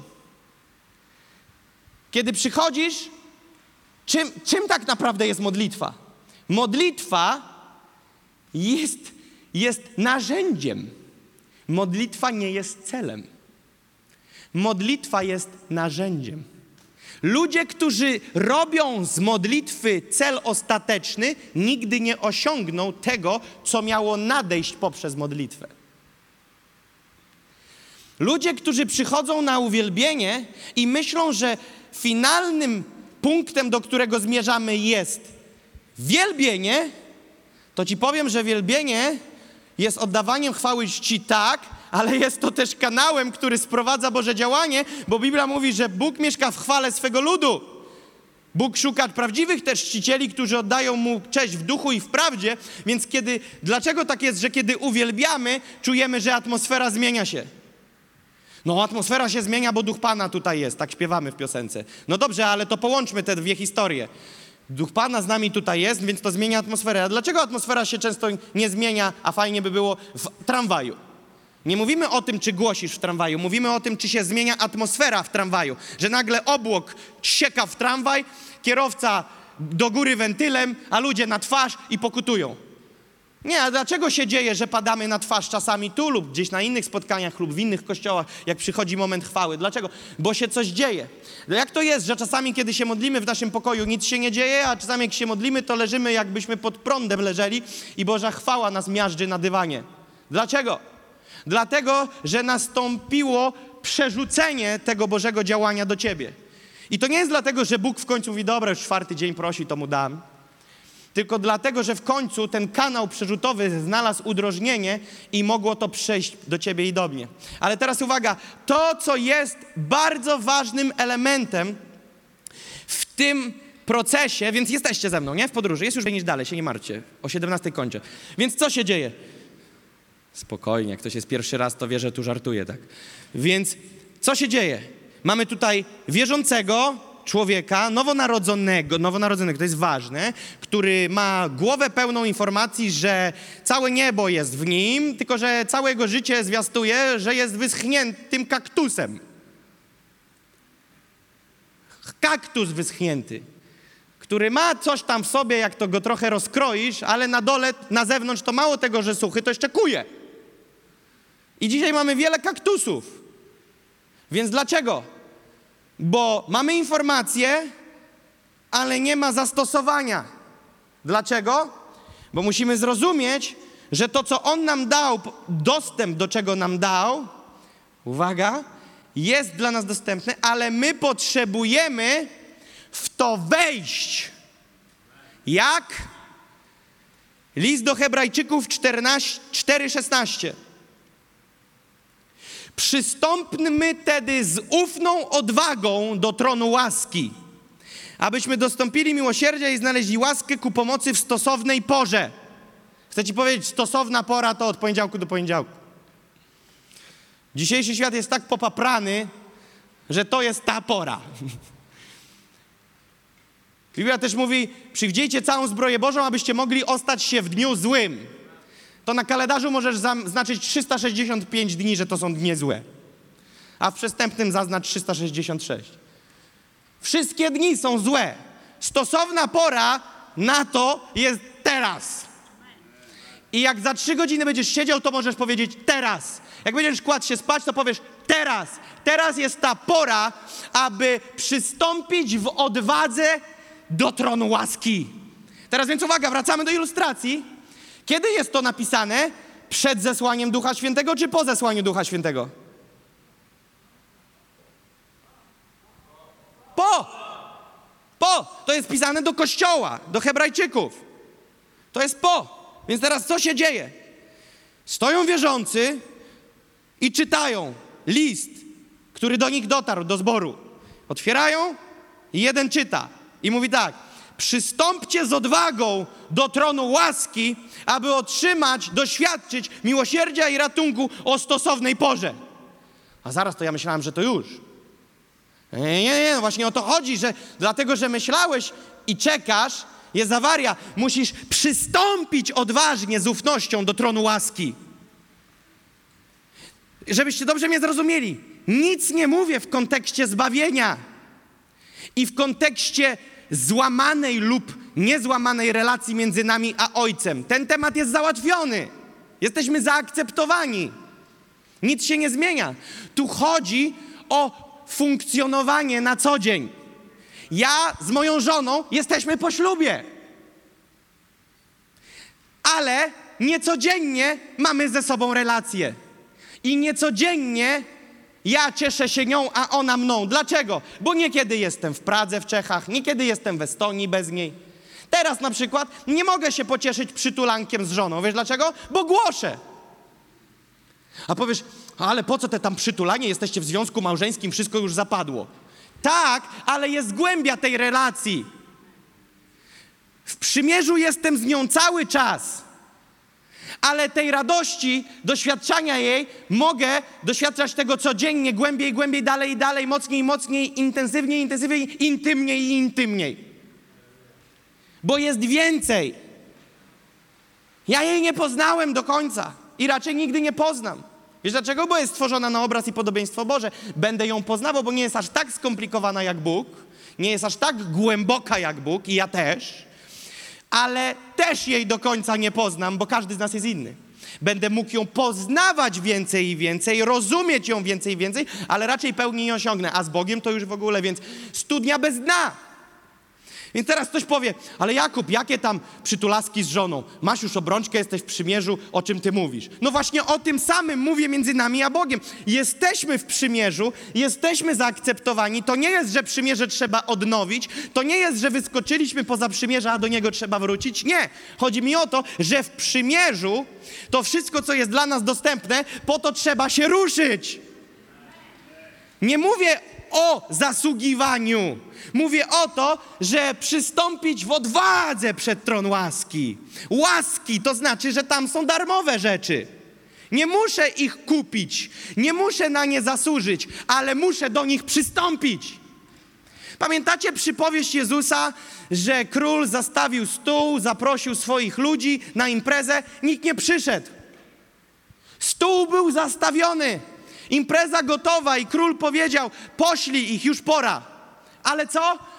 Kiedy przychodzisz, czym, czym tak naprawdę jest modlitwa? Modlitwa jest, jest narzędziem. Modlitwa nie jest celem. Modlitwa jest narzędziem. Ludzie, którzy robią z modlitwy cel ostateczny, nigdy nie osiągną tego, co miało nadejść poprzez modlitwę. Ludzie, którzy przychodzą na uwielbienie i myślą, że finalnym punktem, do którego zmierzamy, jest wielbienie, to ci powiem, że wielbienie jest oddawaniem chwały czci, tak, ale jest to też kanałem, który sprowadza Boże działanie, bo Biblia mówi, że Bóg mieszka w chwale swego ludu. Bóg szuka prawdziwych też czcicieli, którzy oddają Mu cześć w duchu i w prawdzie, więc kiedy, dlaczego tak jest, że kiedy uwielbiamy, czujemy, że atmosfera zmienia się? No atmosfera się zmienia, bo Duch Pana tutaj jest, tak śpiewamy w piosence. No dobrze, ale to połączmy te dwie historie. Duch Pana z nami tutaj jest, więc to zmienia atmosferę. A dlaczego atmosfera się często nie zmienia, a fajnie by było w tramwaju? Nie mówimy o tym, czy głosisz w tramwaju, mówimy o tym, czy się zmienia atmosfera w tramwaju, że nagle obłok sieka w tramwaj, kierowca do góry wentylem, a ludzie na twarz i pokutują. Nie, a dlaczego się dzieje, że padamy na twarz czasami tu lub gdzieś na innych spotkaniach lub w innych kościołach, jak przychodzi moment chwały? Dlaczego? Bo się coś dzieje. No jak to jest, że czasami, kiedy się modlimy w naszym pokoju, nic się nie dzieje, a czasami jak się modlimy, to leżymy, jakbyśmy pod prądem leżeli i Boża chwała nas miażdży na dywanie. Dlaczego? Dlatego, że nastąpiło przerzucenie tego Bożego działania do ciebie. I to nie jest dlatego, że Bóg w końcu mówi, dobra, już czwarty dzień prosi, to mu dam. Tylko dlatego, że w końcu ten kanał przerzutowy znalazł udrożnienie i mogło to przejść do ciebie i do mnie. Ale teraz uwaga, to, co jest bardzo ważnym elementem w tym procesie, więc jesteście ze mną, nie? W podróży, jest już niż dalej, się nie martwcie, o siedemnastej kończę. Więc co się dzieje? Spokojnie, jak ktoś jest pierwszy raz, to wie, że tu żartuję, tak? Więc co się dzieje? Mamy tutaj wierzącego człowieka, nowonarodzonego, nowonarodzonego, to jest ważne, który ma głowę pełną informacji, że całe niebo jest w nim, tylko że całe jego życie zwiastuje, że jest wyschniętym kaktusem. Kaktus wyschnięty. który ma coś tam w sobie, jak to go trochę rozkroisz, ale na dole, na zewnątrz to mało tego, że suchy, to jeszcze kuje. I dzisiaj mamy wiele kaktusów. Więc dlaczego? Bo mamy informacje, ale nie ma zastosowania. Dlaczego? Bo musimy zrozumieć, że to, co On nam dał, dostęp do czego nam dał, uwaga, jest dla nas dostępne, ale my potrzebujemy w to wejść. Jak? List do Hebrajczyków cztery szesnaście. Przystąpmy tedy z ufną odwagą do tronu łaski, abyśmy dostąpili miłosierdzia i znaleźli łaskę ku pomocy w stosownej porze. Chcę ci powiedzieć, stosowna pora to od poniedziałku do poniedziałku. Dzisiejszy świat jest tak popaprany, że to jest ta pora. Biblia też mówi, przywdziejcie całą zbroję Bożą, abyście mogli ostać się w dniu złym. To na kalendarzu możesz zaznaczyć trzysta sześćdziesiąt pięć dni, że to są dni złe. A w przestępnym zaznacz trzysta sześćdziesiąt sześć. Wszystkie dni są złe. Stosowna pora na to jest teraz. I jak za trzy godziny będziesz siedział, to możesz powiedzieć teraz. Jak będziesz kładł się spać, to powiesz teraz. Teraz jest ta pora, aby przystąpić w odwadze do tronu łaski. Teraz więc uwaga, wracamy do ilustracji. Kiedy jest to napisane? Przed zesłaniem Ducha Świętego, czy po zesłaniu Ducha Świętego? Po! Po! To jest pisane do Kościoła, do Hebrajczyków. To jest po. Więc teraz co się dzieje? Stoją wierzący i czytają list, który do nich dotarł, do zboru. Otwierają i jeden czyta i mówi tak. Przystąpcie z odwagą do tronu łaski, aby otrzymać, doświadczyć miłosierdzia i ratunku o stosownej porze. A zaraz to ja myślałem, że to już. Nie, nie, nie, no właśnie o to chodzi, że dlatego, że myślałeś i czekasz, jest awaria. Musisz przystąpić odważnie z ufnością do tronu łaski. Żebyście dobrze mnie zrozumieli. Nic nie mówię w kontekście zbawienia i w kontekście złamanej lub niezłamanej relacji między nami a Ojcem. Ten temat jest załatwiony. Jesteśmy zaakceptowani. Nic się nie zmienia. Tu chodzi o funkcjonowanie na co dzień. Ja z moją żoną jesteśmy po ślubie. Ale niecodziennie mamy ze sobą relacje. I niecodziennie ja cieszę się nią, a ona mną. Dlaczego? Bo niekiedy jestem w Pradze, w Czechach, niekiedy jestem w Estonii bez niej. Teraz na przykład nie mogę się pocieszyć przytulankiem z żoną. Wiesz dlaczego? Bo głoszę. A powiesz, ale po co te tam przytulanie? Jesteście w związku małżeńskim, wszystko już zapadło. Tak, ale jest głębia tej relacji. W przymierzu jestem z nią cały czas. Ale tej radości, doświadczania jej, mogę doświadczać tego codziennie, głębiej, głębiej, dalej, dalej, mocniej, mocniej, intensywniej, intensywniej, intymniej i intymniej. Bo jest więcej. Ja jej nie poznałem do końca i raczej nigdy nie poznam. Wiesz dlaczego? Bo jest stworzona na obraz i podobieństwo Boże. Będę ją poznawał, bo nie jest aż tak skomplikowana jak Bóg, nie jest aż tak głęboka jak Bóg i ja też. Ale też jej do końca nie poznam, bo każdy z nas jest inny. Będę mógł ją poznawać więcej i więcej, rozumieć ją więcej i więcej, ale raczej pełni nie osiągnę. A z Bogiem to już w ogóle, więc studnia bez dna. Więc teraz ktoś powie, ale Jakub, jakie tam przytulaski z żoną? Masz już obrączkę, jesteś w przymierzu, o czym ty mówisz? No właśnie o tym samym mówię między nami a Bogiem. Jesteśmy w przymierzu, jesteśmy zaakceptowani. To nie jest, że przymierze trzeba odnowić. To nie jest, że wyskoczyliśmy poza przymierze, a do niego trzeba wrócić. Nie. Chodzi mi o to, że w przymierzu to wszystko, co jest dla nas dostępne, po to trzeba się ruszyć. Nie mówię o zasługiwaniu. Mówię o to, że przystąpić w odwadze przed tron łaski. Łaski to znaczy, że tam są darmowe rzeczy. Nie muszę ich kupić, nie muszę na nie zasłużyć, ale muszę do nich przystąpić. Pamiętacie przypowieść Jezusa, że król zastawił stół, zaprosił swoich ludzi na imprezę, nikt nie przyszedł. Stół był zastawiony. Impreza gotowa i król powiedział, poślij ich, już pora. Ale co?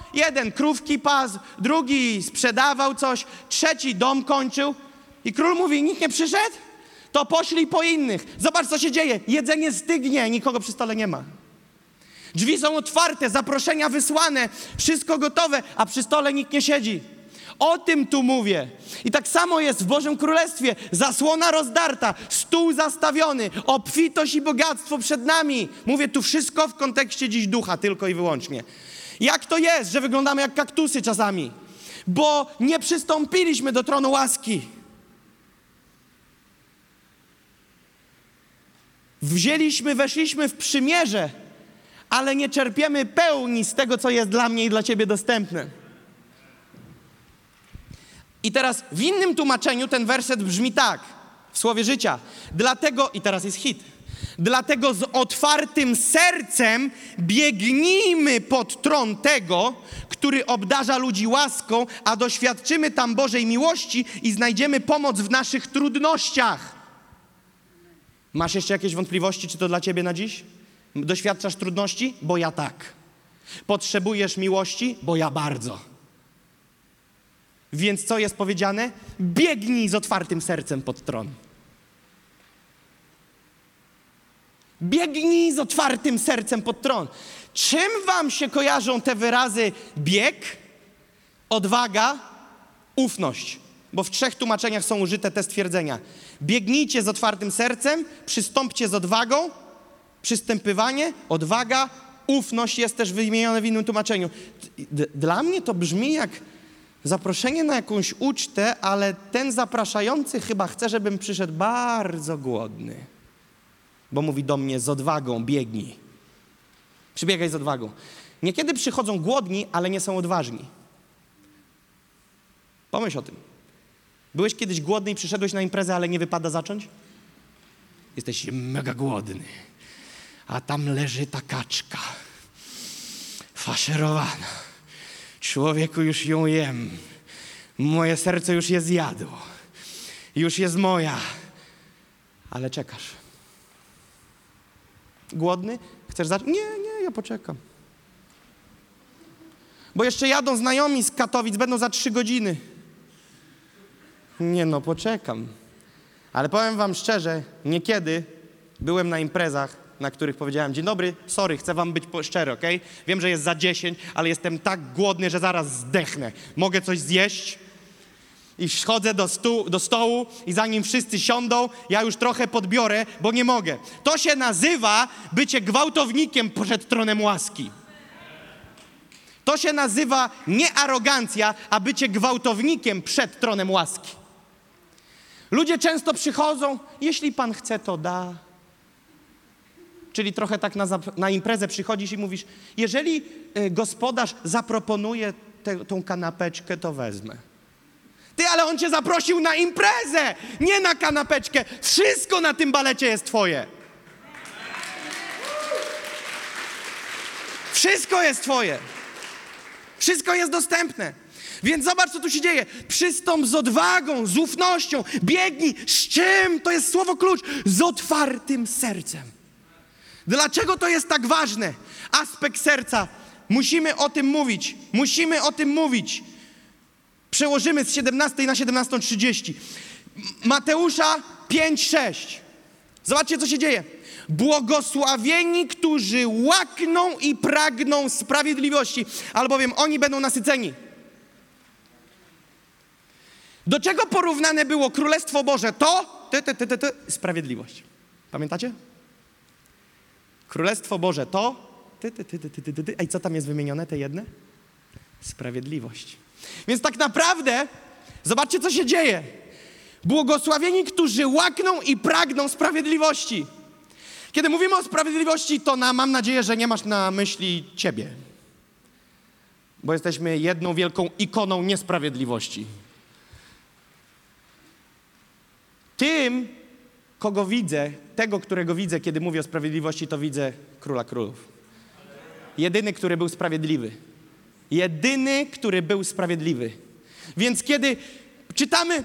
jeden krówki pasł, drugi sprzedawał coś, trzeci dom kończył. I król mówi, nikt nie przyszedł? To poszli po innych. Zobacz, co się dzieje. Jedzenie stygnie, nikogo przy stole nie ma. Drzwi są otwarte, zaproszenia wysłane, wszystko gotowe, a przy stole nikt nie siedzi. O tym tu mówię. I tak samo jest w Bożym Królestwie. Zasłona rozdarta, stół zastawiony, obfitość i bogactwo przed nami. Mówię tu wszystko w kontekście dziś ducha, tylko i wyłącznie. Jak to jest, że wyglądamy jak kaktusy czasami? Bo nie przystąpiliśmy do tronu łaski. Wzięliśmy, weszliśmy w przymierze, ale nie czerpiemy pełni z tego, co jest dla mnie i dla ciebie dostępne. I teraz w innym tłumaczeniu ten werset brzmi tak, w Słowie Życia. Dlatego, i teraz jest hit, dlatego z otwartym sercem biegnijmy pod tron tego, który obdarza ludzi łaską, a doświadczymy tam Bożej miłości i znajdziemy pomoc w naszych trudnościach. Masz jeszcze jakieś wątpliwości, czy to dla ciebie na dziś? Doświadczasz trudności? Bo ja tak. Potrzebujesz miłości? Bo ja bardzo. Więc co jest powiedziane? Biegnij z otwartym sercem pod tron. Biegnij z otwartym sercem pod tron. Czym wam się kojarzą te wyrazy bieg, odwaga, ufność? Bo w trzech tłumaczeniach są użyte te stwierdzenia. Biegnijcie z otwartym sercem, przystąpcie z odwagą, przystępywanie, odwaga, ufność jest też wymienione w innym tłumaczeniu. D- dla mnie to brzmi jak zaproszenie na jakąś ucztę, ale ten zapraszający chyba chce, żebym przyszedł bardzo głodny. Bo mówi do mnie z odwagą, biegnij. Przybiegaj z odwagą. Niekiedy przychodzą głodni, ale nie są odważni. Pomyśl o tym. Byłeś kiedyś głodny i przyszedłeś na imprezę, ale nie wypada zacząć? Jesteś mega głodny. A tam leży ta kaczka. Faszerowana. Człowieku, już ją jem. Moje serce już je zjadło. Już jest moja. Ale czekasz. Głodny? Chcesz zacząć? Nie, nie, ja poczekam. Bo jeszcze jadą znajomi z Katowic, będą za trzy godziny. Nie no, poczekam. Ale powiem wam szczerze, niekiedy byłem na imprezach, na których powiedziałem, dzień dobry, sorry, chcę wam być szczery, okej? Okay? Wiem, że jest za dziesięć, ale jestem tak głodny, że zaraz zdechnę. Mogę coś zjeść? I schodzę do, stu, do stołu i zanim wszyscy siądą, ja już trochę podbiorę, bo nie mogę. To się nazywa bycie gwałtownikiem przed tronem łaski. To się nazywa nie arogancja, a bycie gwałtownikiem przed tronem łaski. Ludzie często przychodzą, jeśli Pan chce, to da. Czyli trochę tak na, na imprezę przychodzisz i mówisz, jeżeli y, gospodarz zaproponuje te, tą kanapeczkę, to wezmę. Ty, ale on cię zaprosił na imprezę, nie na kanapeczkę. Wszystko na tym balecie jest twoje. Wszystko jest twoje. Wszystko jest dostępne. Więc zobacz, co tu się dzieje. Przystąp z odwagą, z ufnością, biegnij. Z czym? To jest słowo klucz. Z otwartym sercem. Dlaczego to jest tak ważne? Aspekt serca. Musimy o tym mówić. Musimy o tym mówić. Przełożymy z siedemnastej na siedemnastą trzydzieści. Mateusza pięć sześć. Zobaczcie, co się dzieje. Błogosławieni, którzy łakną i pragną sprawiedliwości, albowiem oni będą nasyceni. Do czego porównane było Królestwo Boże? To ty, ty, ty, ty, ty, sprawiedliwość. Pamiętacie? Królestwo Boże to ty, ty, ty, ty, ty, ty, ty. Ej, co tam jest wymienione, te jedne? Sprawiedliwość. Więc tak naprawdę, zobaczcie, co się dzieje. Błogosławieni, którzy łakną i pragną sprawiedliwości. Kiedy mówimy o sprawiedliwości, to na, mam nadzieję, że nie masz na myśli ciebie. Bo jesteśmy jedną wielką ikoną niesprawiedliwości. Tym, kogo widzę, tego, którego widzę, kiedy mówię o sprawiedliwości, to widzę Króla Królów. Jedyny, który był sprawiedliwy. Jedyny, który był sprawiedliwy. Więc kiedy czytamy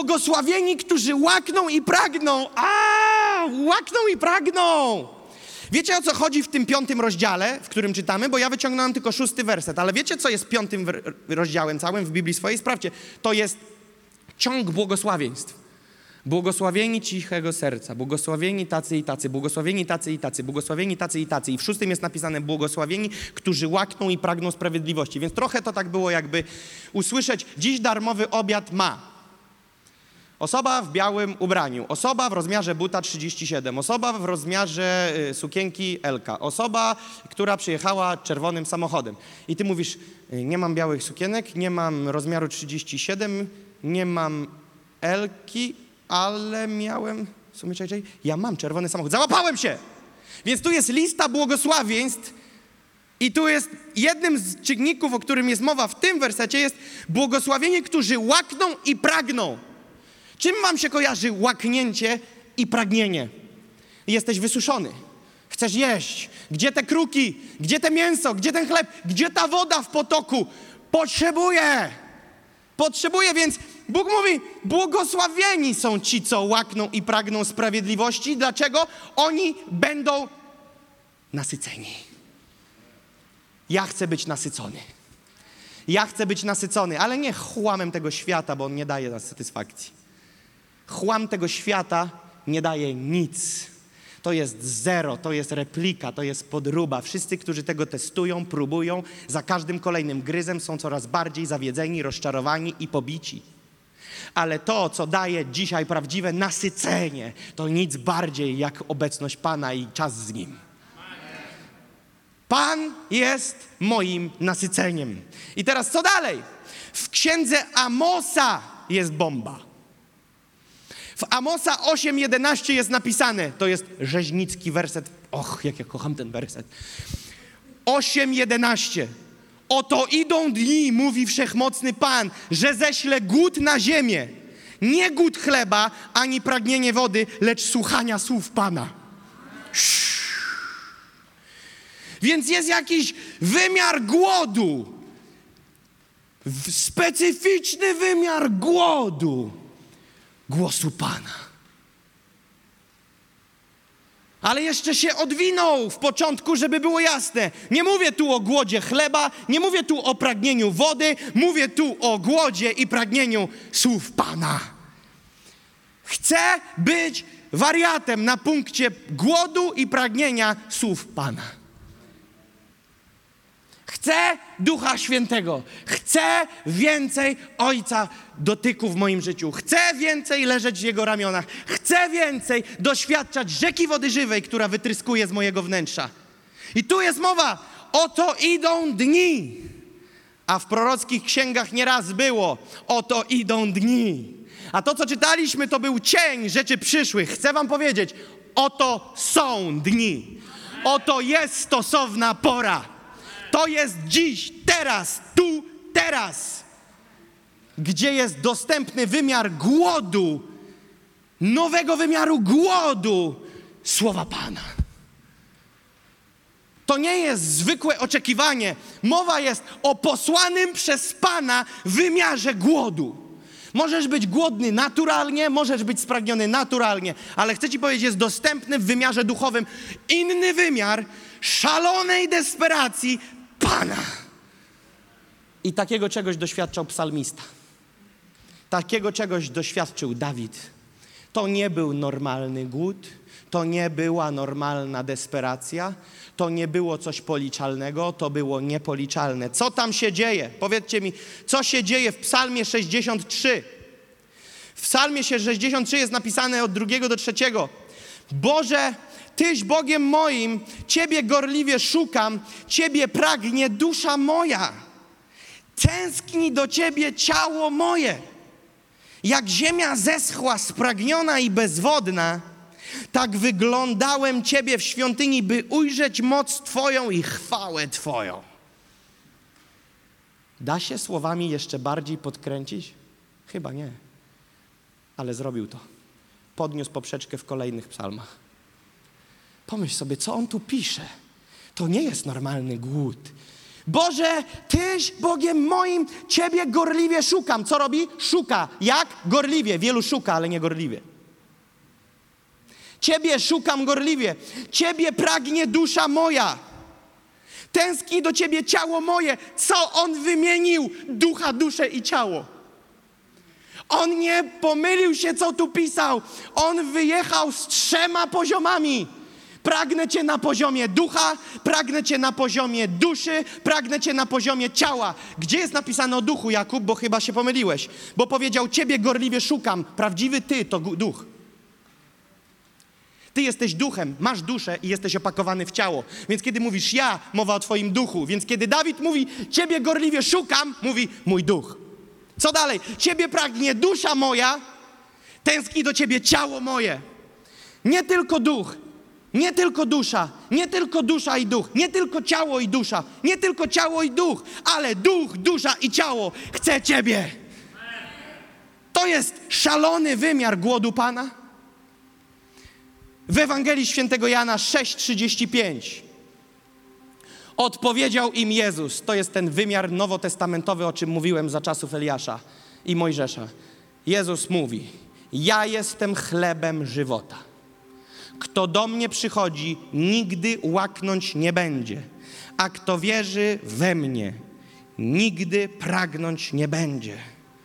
błogosławieni, którzy łakną i pragną, a łakną i pragną. Wiecie, o co chodzi w tym piątym rozdziale, w którym czytamy? Bo ja wyciągnąłem tylko szósty werset, ale wiecie, co jest piątym rozdziałem całym w Biblii swojej? Sprawdźcie, to jest ciąg błogosławieństw. Błogosławieni cichego serca, błogosławieni tacy i tacy, błogosławieni tacy i tacy, błogosławieni tacy i tacy. I w szóstym jest napisane błogosławieni, którzy łakną i pragną sprawiedliwości. Więc trochę to tak było jakby usłyszeć, dziś darmowy obiad ma osoba w białym ubraniu, osoba w rozmiarze buta trzydzieści siedem, osoba w rozmiarze y, sukienki Elka, osoba, która przyjechała czerwonym samochodem. I ty mówisz, y, nie mam białych sukienek, nie mam rozmiaru trzydzieści siedem, nie mam Elki, ale miałem, w sumie czekaj, czekaj, ja mam czerwony samochód, załapałem się! Więc tu jest lista błogosławieństw i tu jest jednym z czynników, o którym jest mowa w tym wersecie, jest błogosławieni, którzy łakną i pragną. Czym wam się kojarzy łaknięcie i pragnienie? Jesteś wysuszony. Chcesz jeść. Gdzie te kruki? Gdzie te mięso? Gdzie ten chleb? Gdzie ta woda w potoku? Potrzebuję. Potrzebuję, więc Bóg mówi, błogosławieni są ci, co łakną i pragną sprawiedliwości. Dlaczego? Oni będą nasyceni. Ja chcę być nasycony. Ja chcę być nasycony, ale nie chłamem tego świata, bo on nie daje nas satysfakcji. Chłam tego świata nie daje nic. To jest zero, to jest replika, to jest podróba. Wszyscy, którzy tego testują, próbują, za każdym kolejnym gryzem są coraz bardziej zawiedzeni, rozczarowani i pobici. Ale to, co daje dzisiaj prawdziwe nasycenie, to nic bardziej jak obecność Pana i czas z Nim. Pan jest moim nasyceniem. I teraz co dalej? W księdze Amosa jest bomba. W Amosa osiem jedenaście jest napisane, to jest rzeźnicki werset. Och, jak ja kocham ten werset. osiem jedenaście. Oto idą dni, mówi Wszechmocny Pan, że ześlę głód na ziemię. Nie głód chleba, ani pragnienie wody, lecz słuchania słów Pana. Więc jest jakiś wymiar głodu. Specyficzny wymiar głodu głosu Pana. Ale jeszcze się odwinął w początku, żeby było jasne. Nie mówię tu o głodzie chleba, nie mówię tu o pragnieniu wody, mówię tu o głodzie i pragnieniu słów Pana. Chcę być wariatem na punkcie głodu i pragnienia słów Pana. Chcę Ducha Świętego. Chcę więcej Ojca dotyku w moim życiu. Chcę więcej leżeć w Jego ramionach. Chcę więcej doświadczać rzeki wody żywej, która wytryskuje z mojego wnętrza. I tu jest mowa, oto idą dni. A w prorockich księgach nieraz było, oto idą dni. A to, co czytaliśmy, to był cień rzeczy przyszłych. Chcę wam powiedzieć, oto są dni. Oto jest stosowna pora. To jest dziś, teraz, tu, teraz, gdzie jest dostępny wymiar głodu, nowego wymiaru głodu słowa Pana. To nie jest zwykłe oczekiwanie. Mowa jest o posłanym przez Pana wymiarze głodu. Możesz być głodny naturalnie, możesz być spragniony naturalnie, ale chcę ci powiedzieć, jest dostępny w wymiarze duchowym inny wymiar szalonej desperacji Pana. I takiego czegoś doświadczał psalmista. Takiego czegoś doświadczył Dawid. To nie był normalny głód, to nie była normalna desperacja, to nie było coś policzalnego, to było niepoliczalne. Co tam się dzieje? Powiedzcie mi, co się dzieje w psalmie sześćdziesiąt trzy? W psalmie sześćdziesiąt trzy jest napisane od drugiego do trzeciego. Boże, Tyś Bogiem moim, Ciebie gorliwie szukam, Ciebie pragnie dusza moja. Tęskni do Ciebie ciało moje. Jak ziemia zeschła, spragniona i bezwodna, tak wyglądałem Ciebie w świątyni, by ujrzeć moc Twoją i chwałę Twoją. Da się słowami jeszcze bardziej podkręcić? Chyba nie. Ale zrobił to. Podniósł poprzeczkę w kolejnych psalmach. Pomyśl sobie, co on tu pisze. To nie jest normalny głód. Boże, Tyś Bogiem moim, Ciebie gorliwie szukam. Co robi? Szuka. Jak? Gorliwie. Wielu szuka, ale nie gorliwie. Ciebie szukam gorliwie. Ciebie pragnie dusza moja. Tęskni do Ciebie ciało moje. Co On wymienił? Ducha, duszę i ciało. On nie pomylił się, co tu pisał. On wyjechał z trzema poziomami. Pragnę Cię na poziomie ducha, pragnę Cię na poziomie duszy, pragnę Cię na poziomie ciała. Gdzie jest napisane o duchu, Jakub? Bo chyba się pomyliłeś. Bo powiedział, Ciebie gorliwie szukam. Prawdziwy Ty to duch. Ty jesteś duchem, masz duszę i jesteś opakowany w ciało. Więc kiedy mówisz ja, mowa o Twoim duchu. Więc kiedy Dawid mówi, Ciebie gorliwie szukam, mówi mój duch. Co dalej? Ciebie pragnie dusza moja, tęskni do Ciebie ciało moje. Nie tylko duch, nie tylko dusza, nie tylko dusza i duch, nie tylko ciało i dusza, nie tylko ciało i duch, ale duch, dusza i ciało chce Ciebie. To jest szalony wymiar głodu Pana. W Ewangelii Świętego Jana sześć trzydzieści pięć odpowiedział im Jezus. To jest ten wymiar nowotestamentowy, o czym mówiłem za czasów Eliasza i Mojżesza. Jezus mówi, ja jestem chlebem żywota. Kto do mnie przychodzi, nigdy łaknąć nie będzie. A kto wierzy we mnie, nigdy pragnąć nie będzie.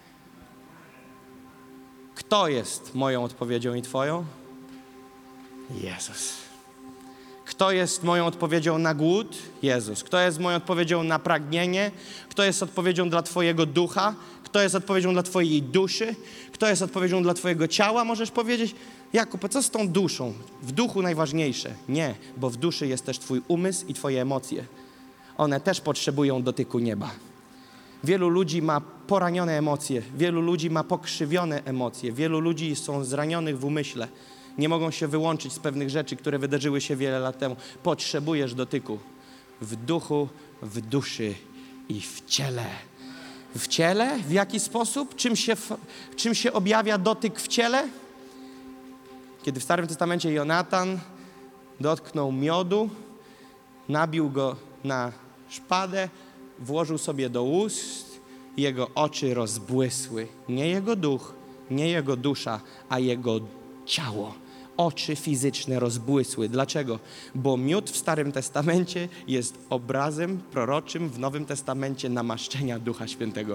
Kto jest moją odpowiedzią i Twoją? Jezus. Kto jest moją odpowiedzią na głód? Jezus. Kto jest moją odpowiedzią na pragnienie? Kto jest odpowiedzią dla Twojego ducha? Kto jest odpowiedzią dla Twojej duszy? Kto jest odpowiedzią dla Twojego ciała? Możesz powiedzieć, Jakub, a co z tą duszą? W duchu najważniejsze. Nie, bo w duszy jest też Twój umysł i Twoje emocje. One też potrzebują dotyku nieba. Wielu ludzi ma poranione emocje, wielu ludzi ma pokrzywione emocje, wielu ludzi są zranionych w umyśle. Nie mogą się wyłączyć z pewnych rzeczy, które wydarzyły się wiele lat temu. Potrzebujesz dotyku w duchu, w duszy i w ciele. W ciele? W jaki sposób? Czym się, czym się objawia dotyk w ciele? Kiedy w Starym Testamencie Jonatan dotknął miodu, nabił go na szpadę, włożył sobie do ust, jego oczy rozbłysły. Nie jego duch, nie jego dusza, a jego ciało. Oczy fizyczne rozbłysły. Dlaczego? Bo miód w Starym Testamencie jest obrazem proroczym w Nowym Testamencie namaszczenia Ducha Świętego.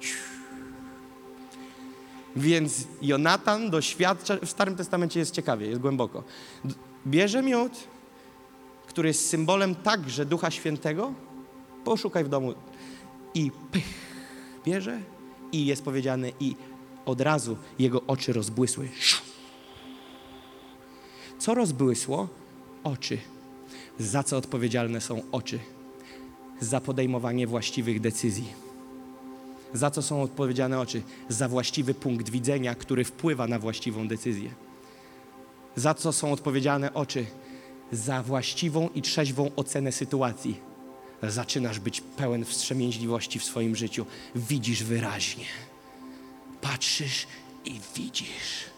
Więc Jonatan doświadcza, w Starym Testamencie jest ciekawie, jest głęboko. Bierze miód, który jest symbolem także Ducha Świętego, poszukaj w domu i pych, bierze i jest powiedziane i od razu jego oczy rozbłysły. Co rozbłysło? Oczy. Za co odpowiedzialne są oczy? Za podejmowanie właściwych decyzji. Za co są odpowiedzialne oczy? Za właściwy punkt widzenia, który wpływa na właściwą decyzję. Za co są odpowiedzialne oczy? Za właściwą i trzeźwą ocenę sytuacji. Zaczynasz być pełen wstrzemięźliwości w swoim życiu. Widzisz wyraźnie. Patrzysz i widzisz.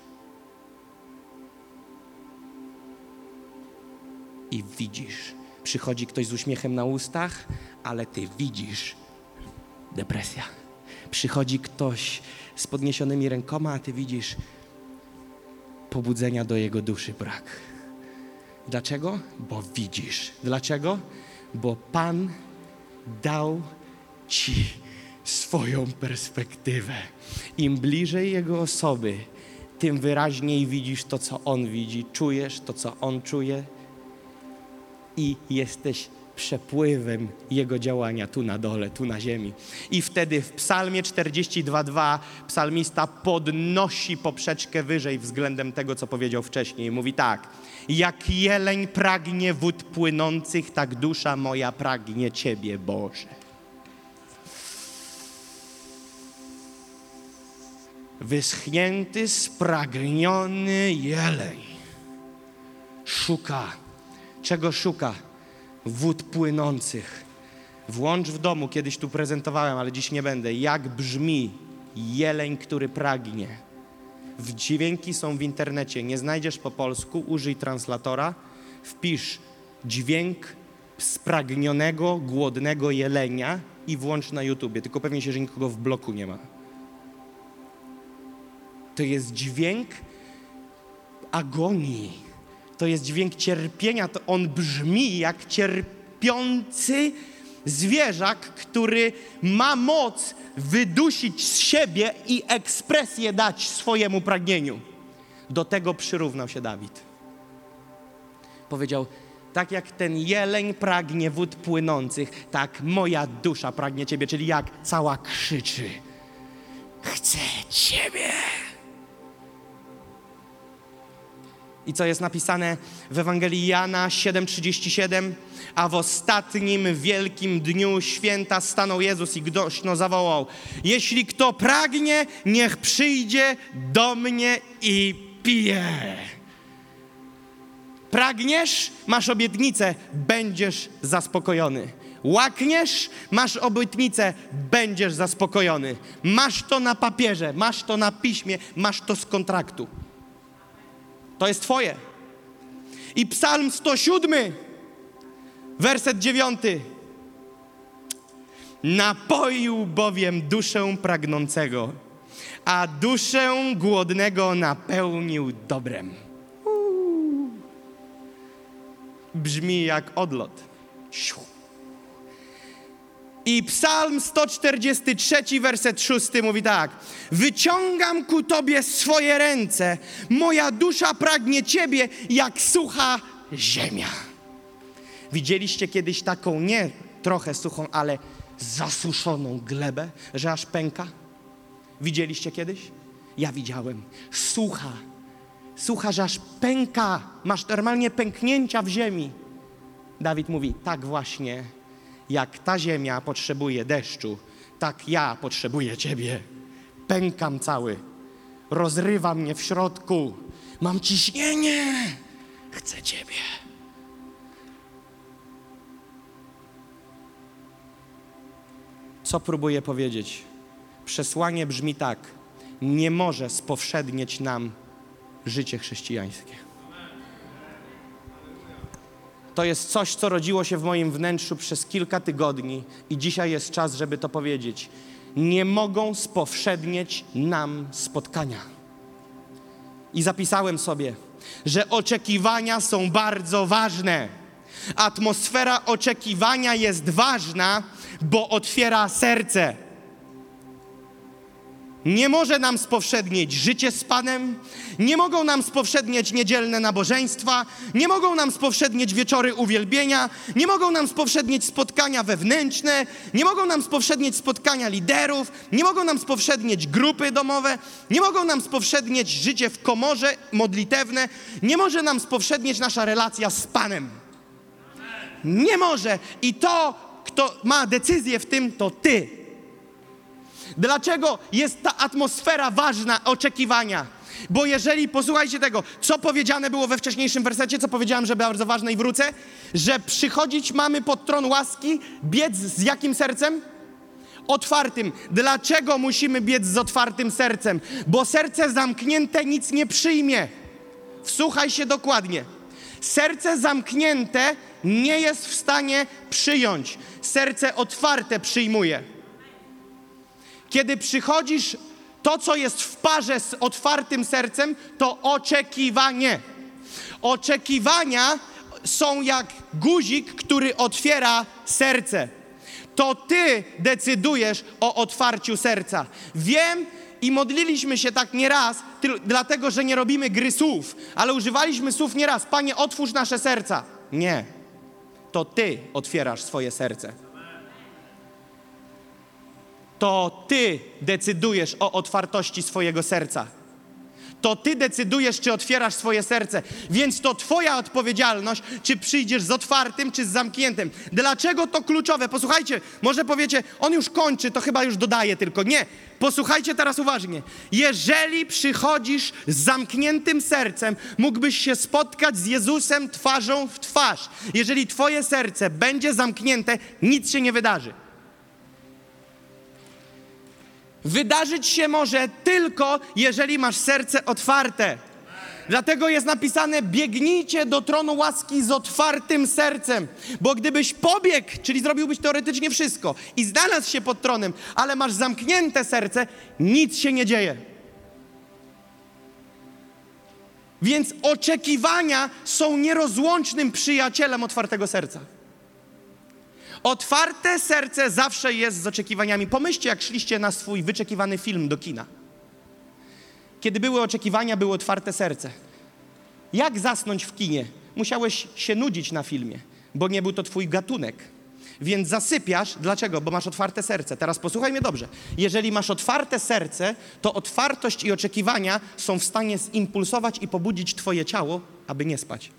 I widzisz. Przychodzi ktoś z uśmiechem na ustach, ale ty widzisz. Depresja. Przychodzi ktoś z podniesionymi rękoma, a ty widzisz pobudzenia do jego duszy brak. Dlaczego? Bo widzisz. Dlaczego? Bo Pan dał ci swoją perspektywę. Im bliżej Jego osoby, tym wyraźniej widzisz to, co On widzi, czujesz to, co On czuje i jesteś przepływem Jego działania tu na dole, tu na ziemi. I wtedy w Psalmie czterdzieści dwa dwa psalmista podnosi poprzeczkę wyżej względem tego, co powiedział wcześniej. Mówi tak, jak jeleń pragnie wód płynących, tak dusza moja pragnie Ciebie, Boże. Wyschnięty, spragniony jeleń szuka. Czego szuka? Wód płynących. Włącz w domu, kiedyś tu prezentowałem, ale dziś nie będę. Jak brzmi jeleń, który pragnie. W dźwięki są w internecie. Nie znajdziesz po polsku, użyj translatora. Wpisz dźwięk spragnionego, głodnego jelenia i włącz na YouTubie. Tylko pewnie się, że nikogo w bloku nie ma. To jest dźwięk agonii. to jest dźwięk cierpienia, to on brzmi jak cierpiący zwierzak, który ma moc wydusić z siebie i ekspresję dać swojemu pragnieniu. Do tego przyrównał się Dawid. Powiedział, tak jak ten jeleń pragnie wód płynących, tak moja dusza pragnie Ciebie, czyli jak cała krzyczy. Chcę Ciebie. I co jest napisane w Ewangelii Jana siedem trzydzieści siedem? A w ostatnim wielkim dniu święta stanął Jezus i głośno zawołał: jeśli kto pragnie, niech przyjdzie do mnie i pije. Pragniesz, masz obietnicę, będziesz zaspokojony. Łakniesz, masz obietnicę, będziesz zaspokojony. Masz to na papierze, masz to na piśmie, masz to z kontraktu. To jest twoje. I Psalm sto siedem, werset dziewiąty. Napoił bowiem duszę pragnącego, a duszę głodnego napełnił dobrem. Uuu. Brzmi jak odlot. I Psalm sto czterdziesty trzeci, werset szósty mówi tak. Wyciągam ku Tobie swoje ręce, moja dusza pragnie Ciebie jak sucha ziemia. Widzieliście kiedyś taką, nie trochę suchą, ale zasuszoną glebę, że aż pęka? Widzieliście kiedyś? Ja widziałem. Sucha. Sucha, że aż pęka. Masz normalnie pęknięcia w ziemi. Dawid mówi, tak właśnie, jak ta ziemia potrzebuje deszczu, tak ja potrzebuję Ciebie. Pękam cały. Rozrywa mnie w środku. Mam ciśnienie. Chcę Ciebie. Co próbuję powiedzieć? Przesłanie brzmi tak. Nie może spowszednieć nam życie chrześcijańskie. To jest coś, co rodziło się w moim wnętrzu przez kilka tygodni i dzisiaj jest czas, żeby to powiedzieć. Nie mogą spowszednieć nam spotkania. I zapisałem sobie, że oczekiwania są bardzo ważne. Atmosfera oczekiwania jest ważna, bo otwiera serce. Nie może nam spowszednieć życie z Panem, nie mogą nam spowszednieć niedzielne nabożeństwa, nie mogą nam spowszednieć wieczory uwielbienia, nie mogą nam spowszednieć spotkania wewnętrzne, nie mogą nam spowszednieć spotkania liderów, nie mogą nam spowszednieć grupy domowe, nie mogą nam spowszednieć życie w komorze modlitewne, nie może nam spowszednieć nasza relacja z Panem. Nie może. I to, kto ma decyzję w tym, to Ty. Dlaczego jest ta atmosfera ważna oczekiwania? Bo jeżeli, posłuchajcie tego, co powiedziane było we wcześniejszym wersecie, co powiedziałem, że bardzo ważne i wrócę, że przychodzić mamy pod tron łaski, biec z jakim sercem? Otwartym. Dlaczego musimy biec z otwartym sercem? Bo serce zamknięte nic nie przyjmie. Wsłuchaj się dokładnie. Serce zamknięte nie jest w stanie przyjąć. Serce otwarte przyjmuje. Kiedy przychodzisz, to co jest w parze z otwartym sercem, to oczekiwanie. Oczekiwania są jak guzik, który otwiera serce. To Ty decydujesz o otwarciu serca. Wiem i modliliśmy się tak nieraz, dlatego że nie robimy gry słów, ale używaliśmy słów nieraz. Panie, otwórz nasze serca. Nie. To Ty otwierasz swoje serce. To Ty decydujesz o otwartości swojego serca. To Ty decydujesz, czy otwierasz swoje serce. Więc to Twoja odpowiedzialność, czy przyjdziesz z otwartym, czy z zamkniętym. Dlaczego to kluczowe? Posłuchajcie, może powiecie, on już kończy, to chyba już dodaje tylko. Nie, posłuchajcie teraz uważnie. Jeżeli przychodzisz z zamkniętym sercem, mógłbyś się spotkać z Jezusem twarzą w twarz. Jeżeli Twoje serce będzie zamknięte, nic się nie wydarzy. Wydarzyć się może tylko, jeżeli masz serce otwarte. Dlatego jest napisane, biegnijcie do tronu łaski z otwartym sercem. Bo gdybyś pobiegł, czyli zrobiłbyś teoretycznie wszystko i znalazł się pod tronem, ale masz zamknięte serce, nic się nie dzieje. Więc oczekiwania są nierozłącznym przyjacielem otwartego serca. Otwarte serce zawsze jest z oczekiwaniami. Pomyślcie, jak szliście na swój wyczekiwany film do kina. Kiedy były oczekiwania, było otwarte serce. Jak zasnąć w kinie? Musiałeś się nudzić na filmie, bo nie był to twój gatunek. Więc zasypiasz. Dlaczego? Bo masz otwarte serce. Teraz posłuchaj mnie dobrze. Jeżeli masz otwarte serce, to otwartość i oczekiwania są w stanie zimpulsować i pobudzić twoje ciało, aby nie spać.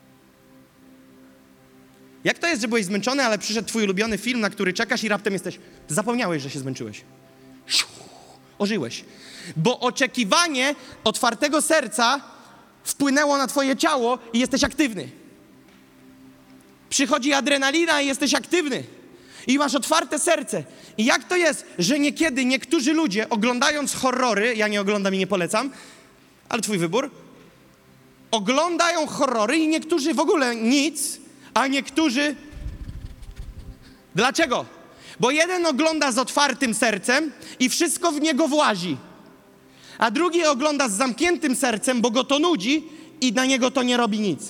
Jak to jest, że byłeś zmęczony, ale przyszedł twój ulubiony film, na który czekasz i raptem jesteś... Zapomniałeś, że się zmęczyłeś. Ożyłeś. Bo oczekiwanie otwartego serca wpłynęło na twoje ciało i jesteś aktywny. Przychodzi adrenalina i jesteś aktywny. I masz otwarte serce. I jak to jest, że niekiedy niektórzy ludzie oglądając horrory, ja nie oglądam i nie polecam, ale twój wybór, oglądają horrory i niektórzy w ogóle nic, a niektórzy... Dlaczego? Bo jeden ogląda z otwartym sercem i wszystko w niego włazi. A drugi ogląda z zamkniętym sercem, bo go to nudzi i na niego to nie robi nic.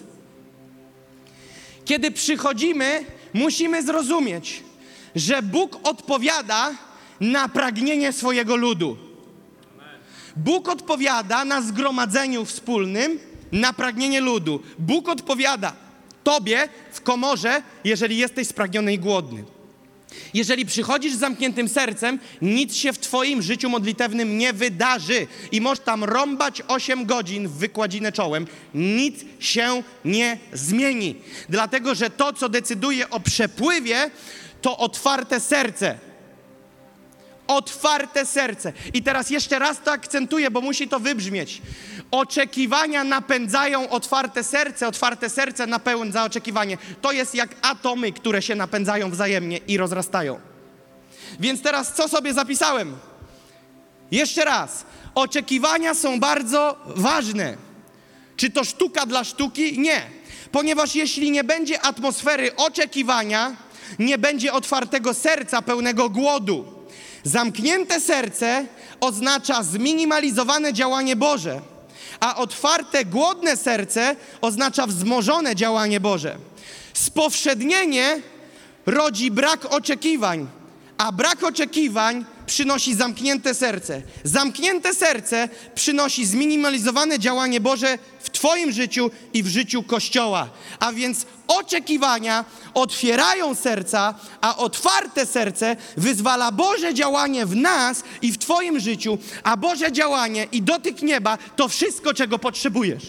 Kiedy przychodzimy, musimy zrozumieć, że Bóg odpowiada na pragnienie swojego ludu. Bóg odpowiada na zgromadzeniu wspólnym na pragnienie ludu. Bóg odpowiada tobie w komorze, jeżeli jesteś spragniony i głodny. Jeżeli przychodzisz z zamkniętym sercem, nic się w twoim życiu modlitewnym nie wydarzy i możesz tam rąbać osiem godzin w wykładzinę czołem. Nic się nie zmieni. Dlatego, że to, co decyduje o przepływie, to otwarte serce. Otwarte serce. I teraz jeszcze raz to akcentuję, bo musi to wybrzmieć. Oczekiwania napędzają otwarte serce, otwarte serce napędza oczekiwanie. To jest jak atomy, które się napędzają wzajemnie i rozrastają. Więc teraz co sobie zapisałem? Jeszcze raz. Oczekiwania są bardzo ważne. Czy to sztuka dla sztuki? Nie. Ponieważ jeśli nie będzie atmosfery oczekiwania, nie będzie otwartego serca pełnego głodu. Zamknięte serce oznacza zminimalizowane działanie Boże, a otwarte, głodne serce oznacza wzmożone działanie Boże. Spowszednienie rodzi brak oczekiwań, a brak oczekiwań przynosi zamknięte serce. Zamknięte serce przynosi zminimalizowane działanie Boże w twoim życiu i w życiu Kościoła. A więc oczekiwania otwierają serca, a otwarte serce wyzwala Boże działanie w nas i w twoim życiu, a Boże działanie i dotyk nieba to wszystko, czego potrzebujesz.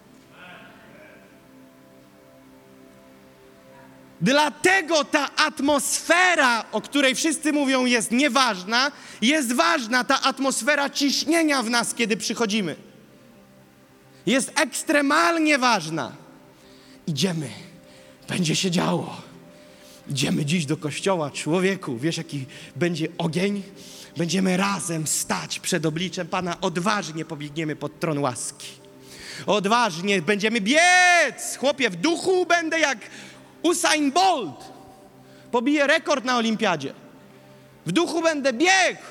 Dlatego ta atmosfera, o której wszyscy mówią, jest nieważna, jest ważna ta atmosfera ciśnienia w nas, kiedy przychodzimy. Jest ekstremalnie ważna. Idziemy, będzie się działo. Idziemy dziś do kościoła, człowieku, wiesz jaki będzie ogień? Będziemy razem stać przed obliczem Pana, odważnie pobiegniemy pod tron łaski. Odważnie będziemy biec, chłopie, w duchu będę jak Usain Bolt. Pobiję rekord na olimpiadzie. W duchu będę biegł.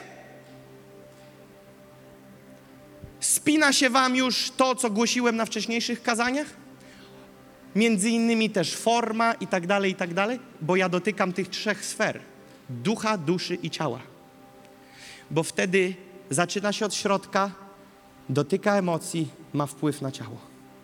Spina się wam już to, co głosiłem na wcześniejszych kazaniach? Między innymi też forma i tak dalej, i tak dalej, bo ja dotykam tych trzech sfer. Ducha, duszy i ciała. Bo wtedy zaczyna się od środka, dotyka emocji, ma wpływ na ciało.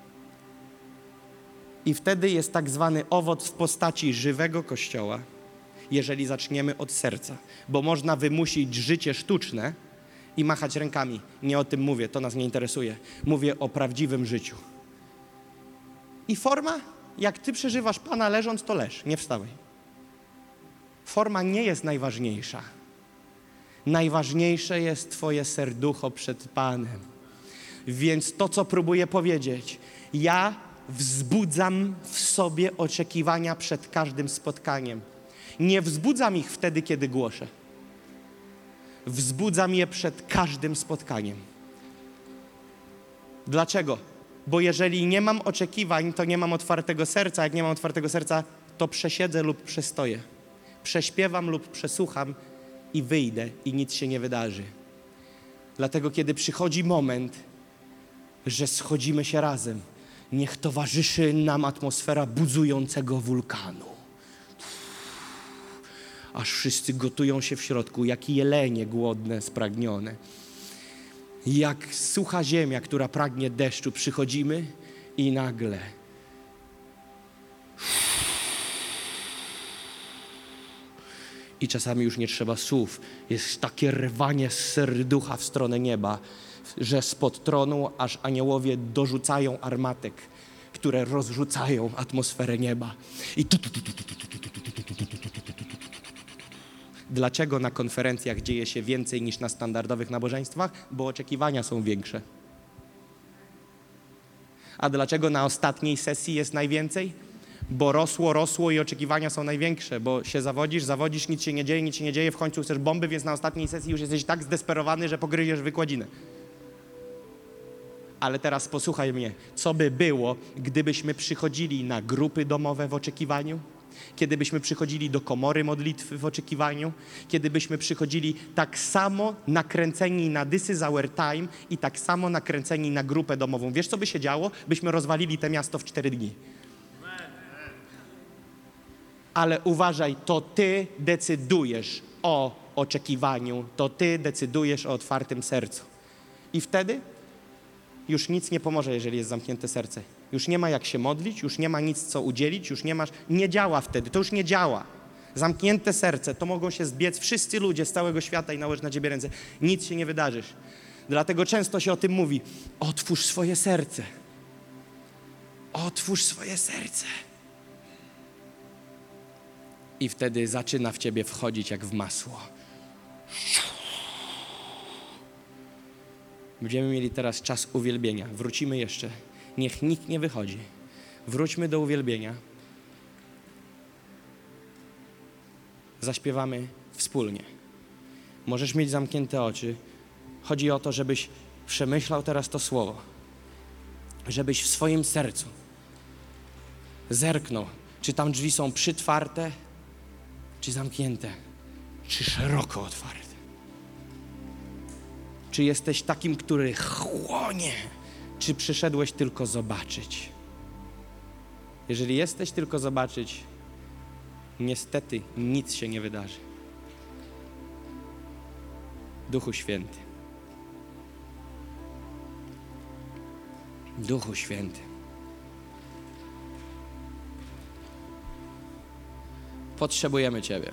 I wtedy jest tak zwany owoc w postaci żywego Kościoła, jeżeli zaczniemy od serca. Bo można wymusić życie sztuczne i machać rękami. Nie o tym mówię, to nas nie interesuje. Mówię o prawdziwym życiu. I forma, jak ty przeżywasz Pana leżąc, to leż, nie wstawaj. Forma nie jest najważniejsza. Najważniejsze jest twoje serducho przed Panem. Więc to, co próbuję powiedzieć, ja wzbudzam w sobie oczekiwania przed każdym spotkaniem. Nie wzbudzam ich wtedy, kiedy głoszę. Wzbudzam je przed każdym spotkaniem. Dlaczego? Bo jeżeli nie mam oczekiwań, to nie mam otwartego serca. Jak nie mam otwartego serca, to przesiedzę lub przestoję. Prześpiewam lub przesłucham i wyjdę i nic się nie wydarzy. Dlatego, kiedy przychodzi moment, że schodzimy się razem. Niech towarzyszy nam atmosfera buzującego wulkanu. Aż wszyscy gotują się w środku, jak jelenie głodne, spragnione. Jak sucha ziemia, która pragnie deszczu, przychodzimy i nagle i czasami już nie trzeba słów. Jest takie rwanie z serducha w stronę nieba, że spod tronu aż aniołowie dorzucają armatek, które rozrzucają atmosferę nieba. I tu, tu, tu, tu, tu, tu, tu, tu, tu, tu, tu, tu, tu, tu, tu. Dlaczego na konferencjach dzieje się więcej niż na standardowych nabożeństwach? Bo oczekiwania są większe. A dlaczego na ostatniej sesji jest najwięcej? Bo rosło, rosło i oczekiwania są największe, bo się zawodzisz, zawodzisz, nic się nie dzieje, nic się nie dzieje, w końcu chcesz bomby, więc na ostatniej sesji już jesteś tak zdesperowany, że pogryziesz wykładzinę. Ale teraz posłuchaj mnie, co by było, gdybyśmy przychodzili na grupy domowe w oczekiwaniu? Kiedy byśmy przychodzili do komory modlitwy w oczekiwaniu? Kiedy byśmy przychodzili tak samo nakręceni na This is our time i tak samo nakręceni na grupę domową? Wiesz, co by się działo? Byśmy rozwalili to miasto w cztery dni. Ale uważaj, to ty decydujesz o oczekiwaniu, to ty decydujesz o otwartym sercu. I wtedy już nic nie pomoże, jeżeli jest zamknięte serce. Już nie ma jak się modlić, już nie ma nic co udzielić, już nie masz, nie działa wtedy, to już nie działa. Zamknięte serce, to mogą się zbiec wszyscy ludzie z całego świata i nałożyć na ciebie ręce. Nic się nie wydarzy. Dlatego często się o tym mówi. Otwórz swoje serce. Otwórz swoje serce. I wtedy zaczyna w ciebie wchodzić jak w masło. Będziemy mieli teraz czas uwielbienia. Wrócimy jeszcze. Niech nikt nie wychodzi. Wróćmy do uwielbienia. Zaśpiewamy wspólnie. Możesz mieć zamknięte oczy. Chodzi o to, żebyś przemyślał teraz to słowo. Żebyś w swoim sercu zerknął, czy tam drzwi są przytwarte, czy zamknięte, czy szeroko otwarte. Czy jesteś takim, który chłonie, czy przyszedłeś tylko zobaczyć? Jeżeli jesteś tylko zobaczyć, niestety nic się nie wydarzy. Duchu Święty. Duchu Święty. Potrzebujemy Ciebie.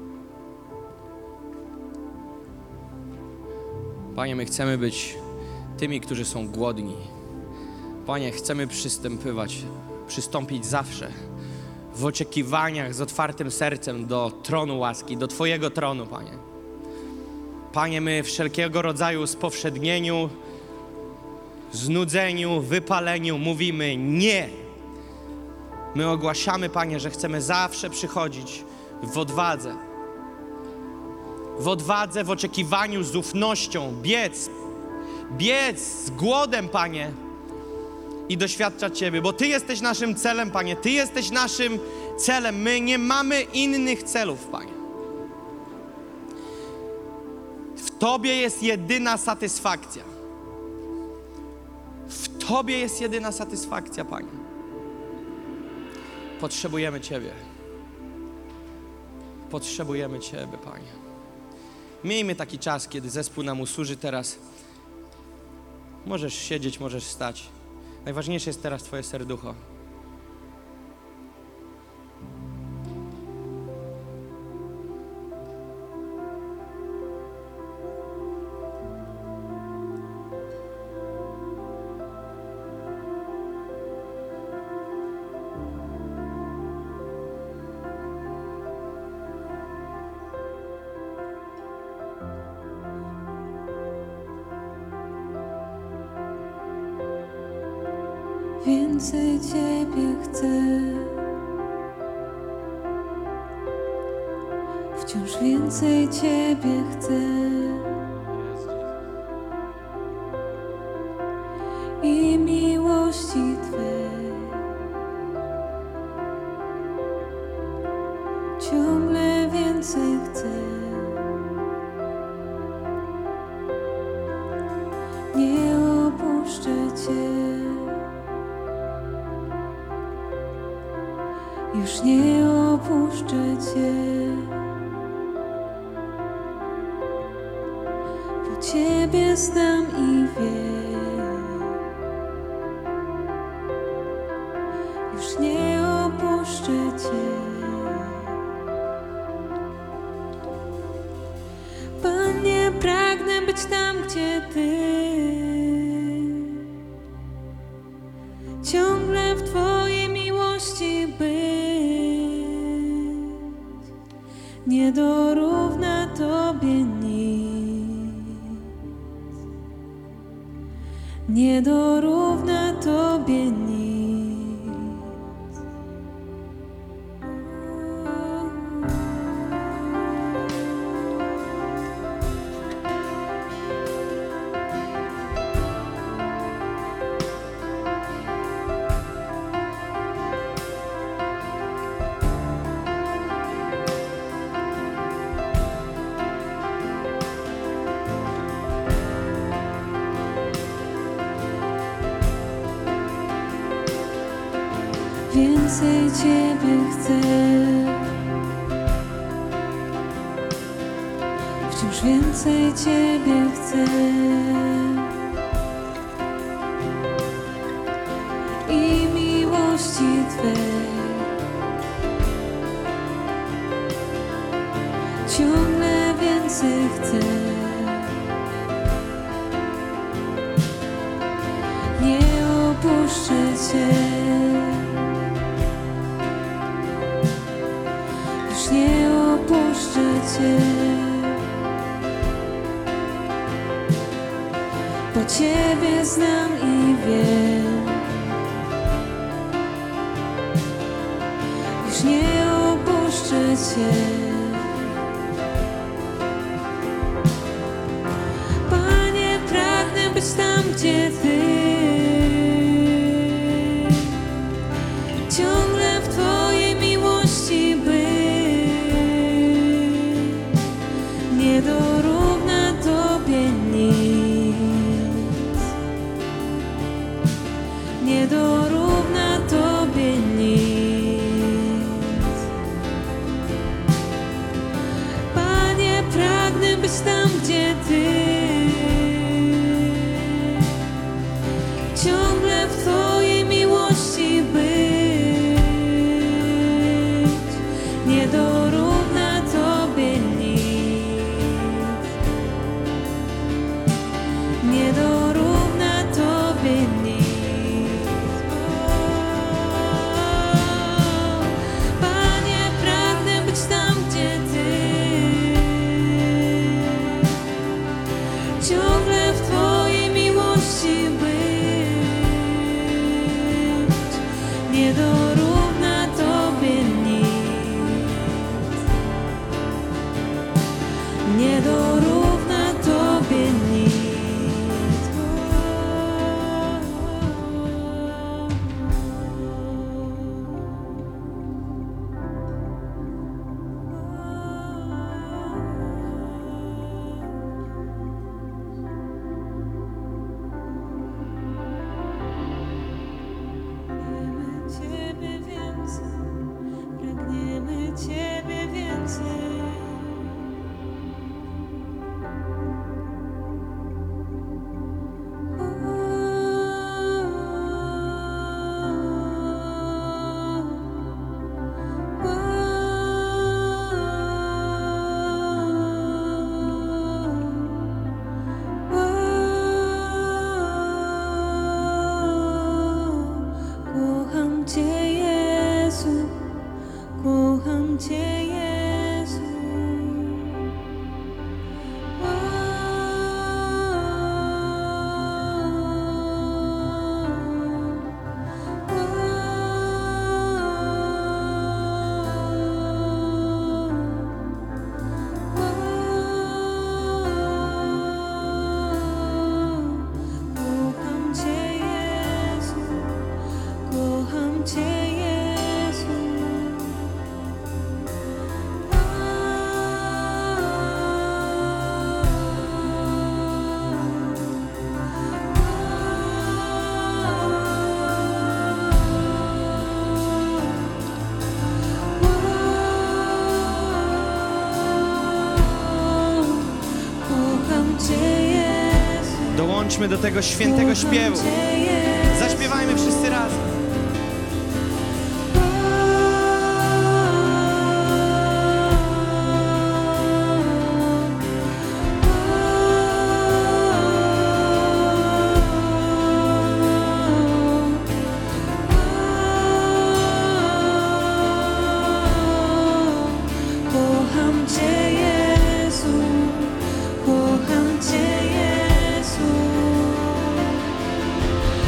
Panie, my chcemy być tymi, którzy są głodni. Panie, chcemy przystępywać, przystąpić zawsze w oczekiwaniach z otwartym sercem do tronu łaski, do Twojego tronu, Panie. Panie, my wszelkiego rodzaju spowszednieniu, znudzeniu, wypaleniu mówimy nie. My ogłaszamy, Panie, że chcemy zawsze przychodzić w odwadze. W odwadze, w oczekiwaniu, z ufnością, biec, biec z głodem, Panie, i doświadczać Ciebie, bo Ty jesteś naszym celem, Panie. Ty jesteś naszym celem. My nie mamy innych celów, Panie. W Tobie jest jedyna satysfakcja. W Tobie jest jedyna satysfakcja, Panie. Potrzebujemy Ciebie. Potrzebujemy Ciebie, Panie. Miejmy taki czas, kiedy zespół nam usłuży teraz. Możesz siedzieć, możesz stać. Najważniejsze jest teraz Twoje serducho. Więcej Ciebie chcę, wciąż więcej Ciebie chcę i miłości Twej ciągle więcej chcę. Nie opuszczę Cię. Już nie opuszczę Cię, bo Ciebie znam i wiem. Już nie opuszczę Cię. Panie, pragnę być tam, gdzie Ty. Ciągle w Twojej miłości być. Nie dorówna Tobie nic. Nie dorówna Tobie nic. Więcej Ciebie chcę, wciąż więcej Ciebie chcę i miłości Twej ciągle więcej chcę. Nie opuszczę Cię. Nie opuszczę Cię, bo Ciebie znam i wiem. Już nie opuszczę Cię. Panie, pragnę być tam, gdzie Ty. Ciągle w Twojej miłości być. Nie dorówna Tobie nic. Nie dorówna Tobie nic. Panie, pragnę być tam, gdzie Ty. Ciągle w Twojej miłości być. Nie dorówna Tobie nic. Nie dorówna Kocham Cię, Jezu, kocham Cię, Jezu. Kocham Cię, Jezu, kocham Cię, Jezu. Kocham Cię, Jezu. Dołączmy do tego świętego śpiewu. Kocham Cię, Jezu. Zaśpiewajmy wszyscy razem. Kocham Cię, Jezu, kocham Cię, Jezu.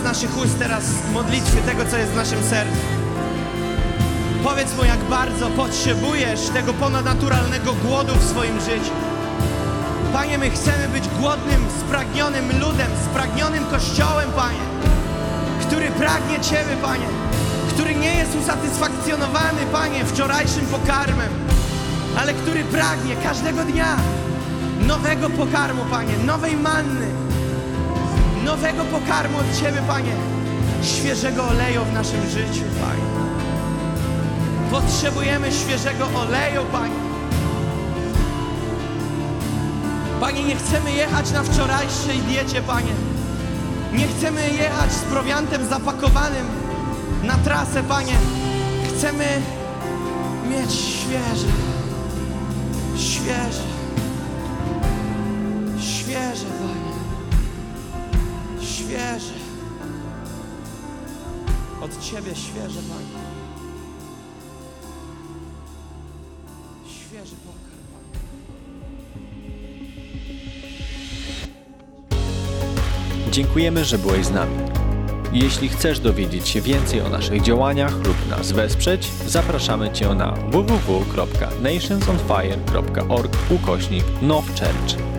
naszych ust teraz modlitwy tego, co jest w naszym sercu. Powiedz Mu, jak bardzo potrzebujesz tego ponadnaturalnego głodu w swoim życiu. Panie, my chcemy być głodnym, spragnionym ludem, spragnionym Kościołem, Panie, który pragnie Ciebie, Panie, który nie jest usatysfakcjonowany, Panie, wczorajszym pokarmem, ale który pragnie każdego dnia nowego pokarmu, Panie, nowej manny, nowego pokarmu od Ciebie, Panie, świeżego oleju w naszym życiu, Panie. Potrzebujemy świeżego oleju, Panie. Panie, nie chcemy jechać na wczorajszej diecie, Panie. Nie chcemy jechać z prowiantem zapakowanym na trasę, Panie. Chcemy mieć świeże, świeże, świeże, Panie. Świeże. Od Ciebie świeże, Panie. Świeży pokarm, Panie. Dziękujemy, że byłeś z nami. Jeśli chcesz dowiedzieć się więcej o naszych działaniach lub nas wesprzeć, zapraszamy Cię na w w w kropka nationsonfire kropka org ukośnik nowchurch.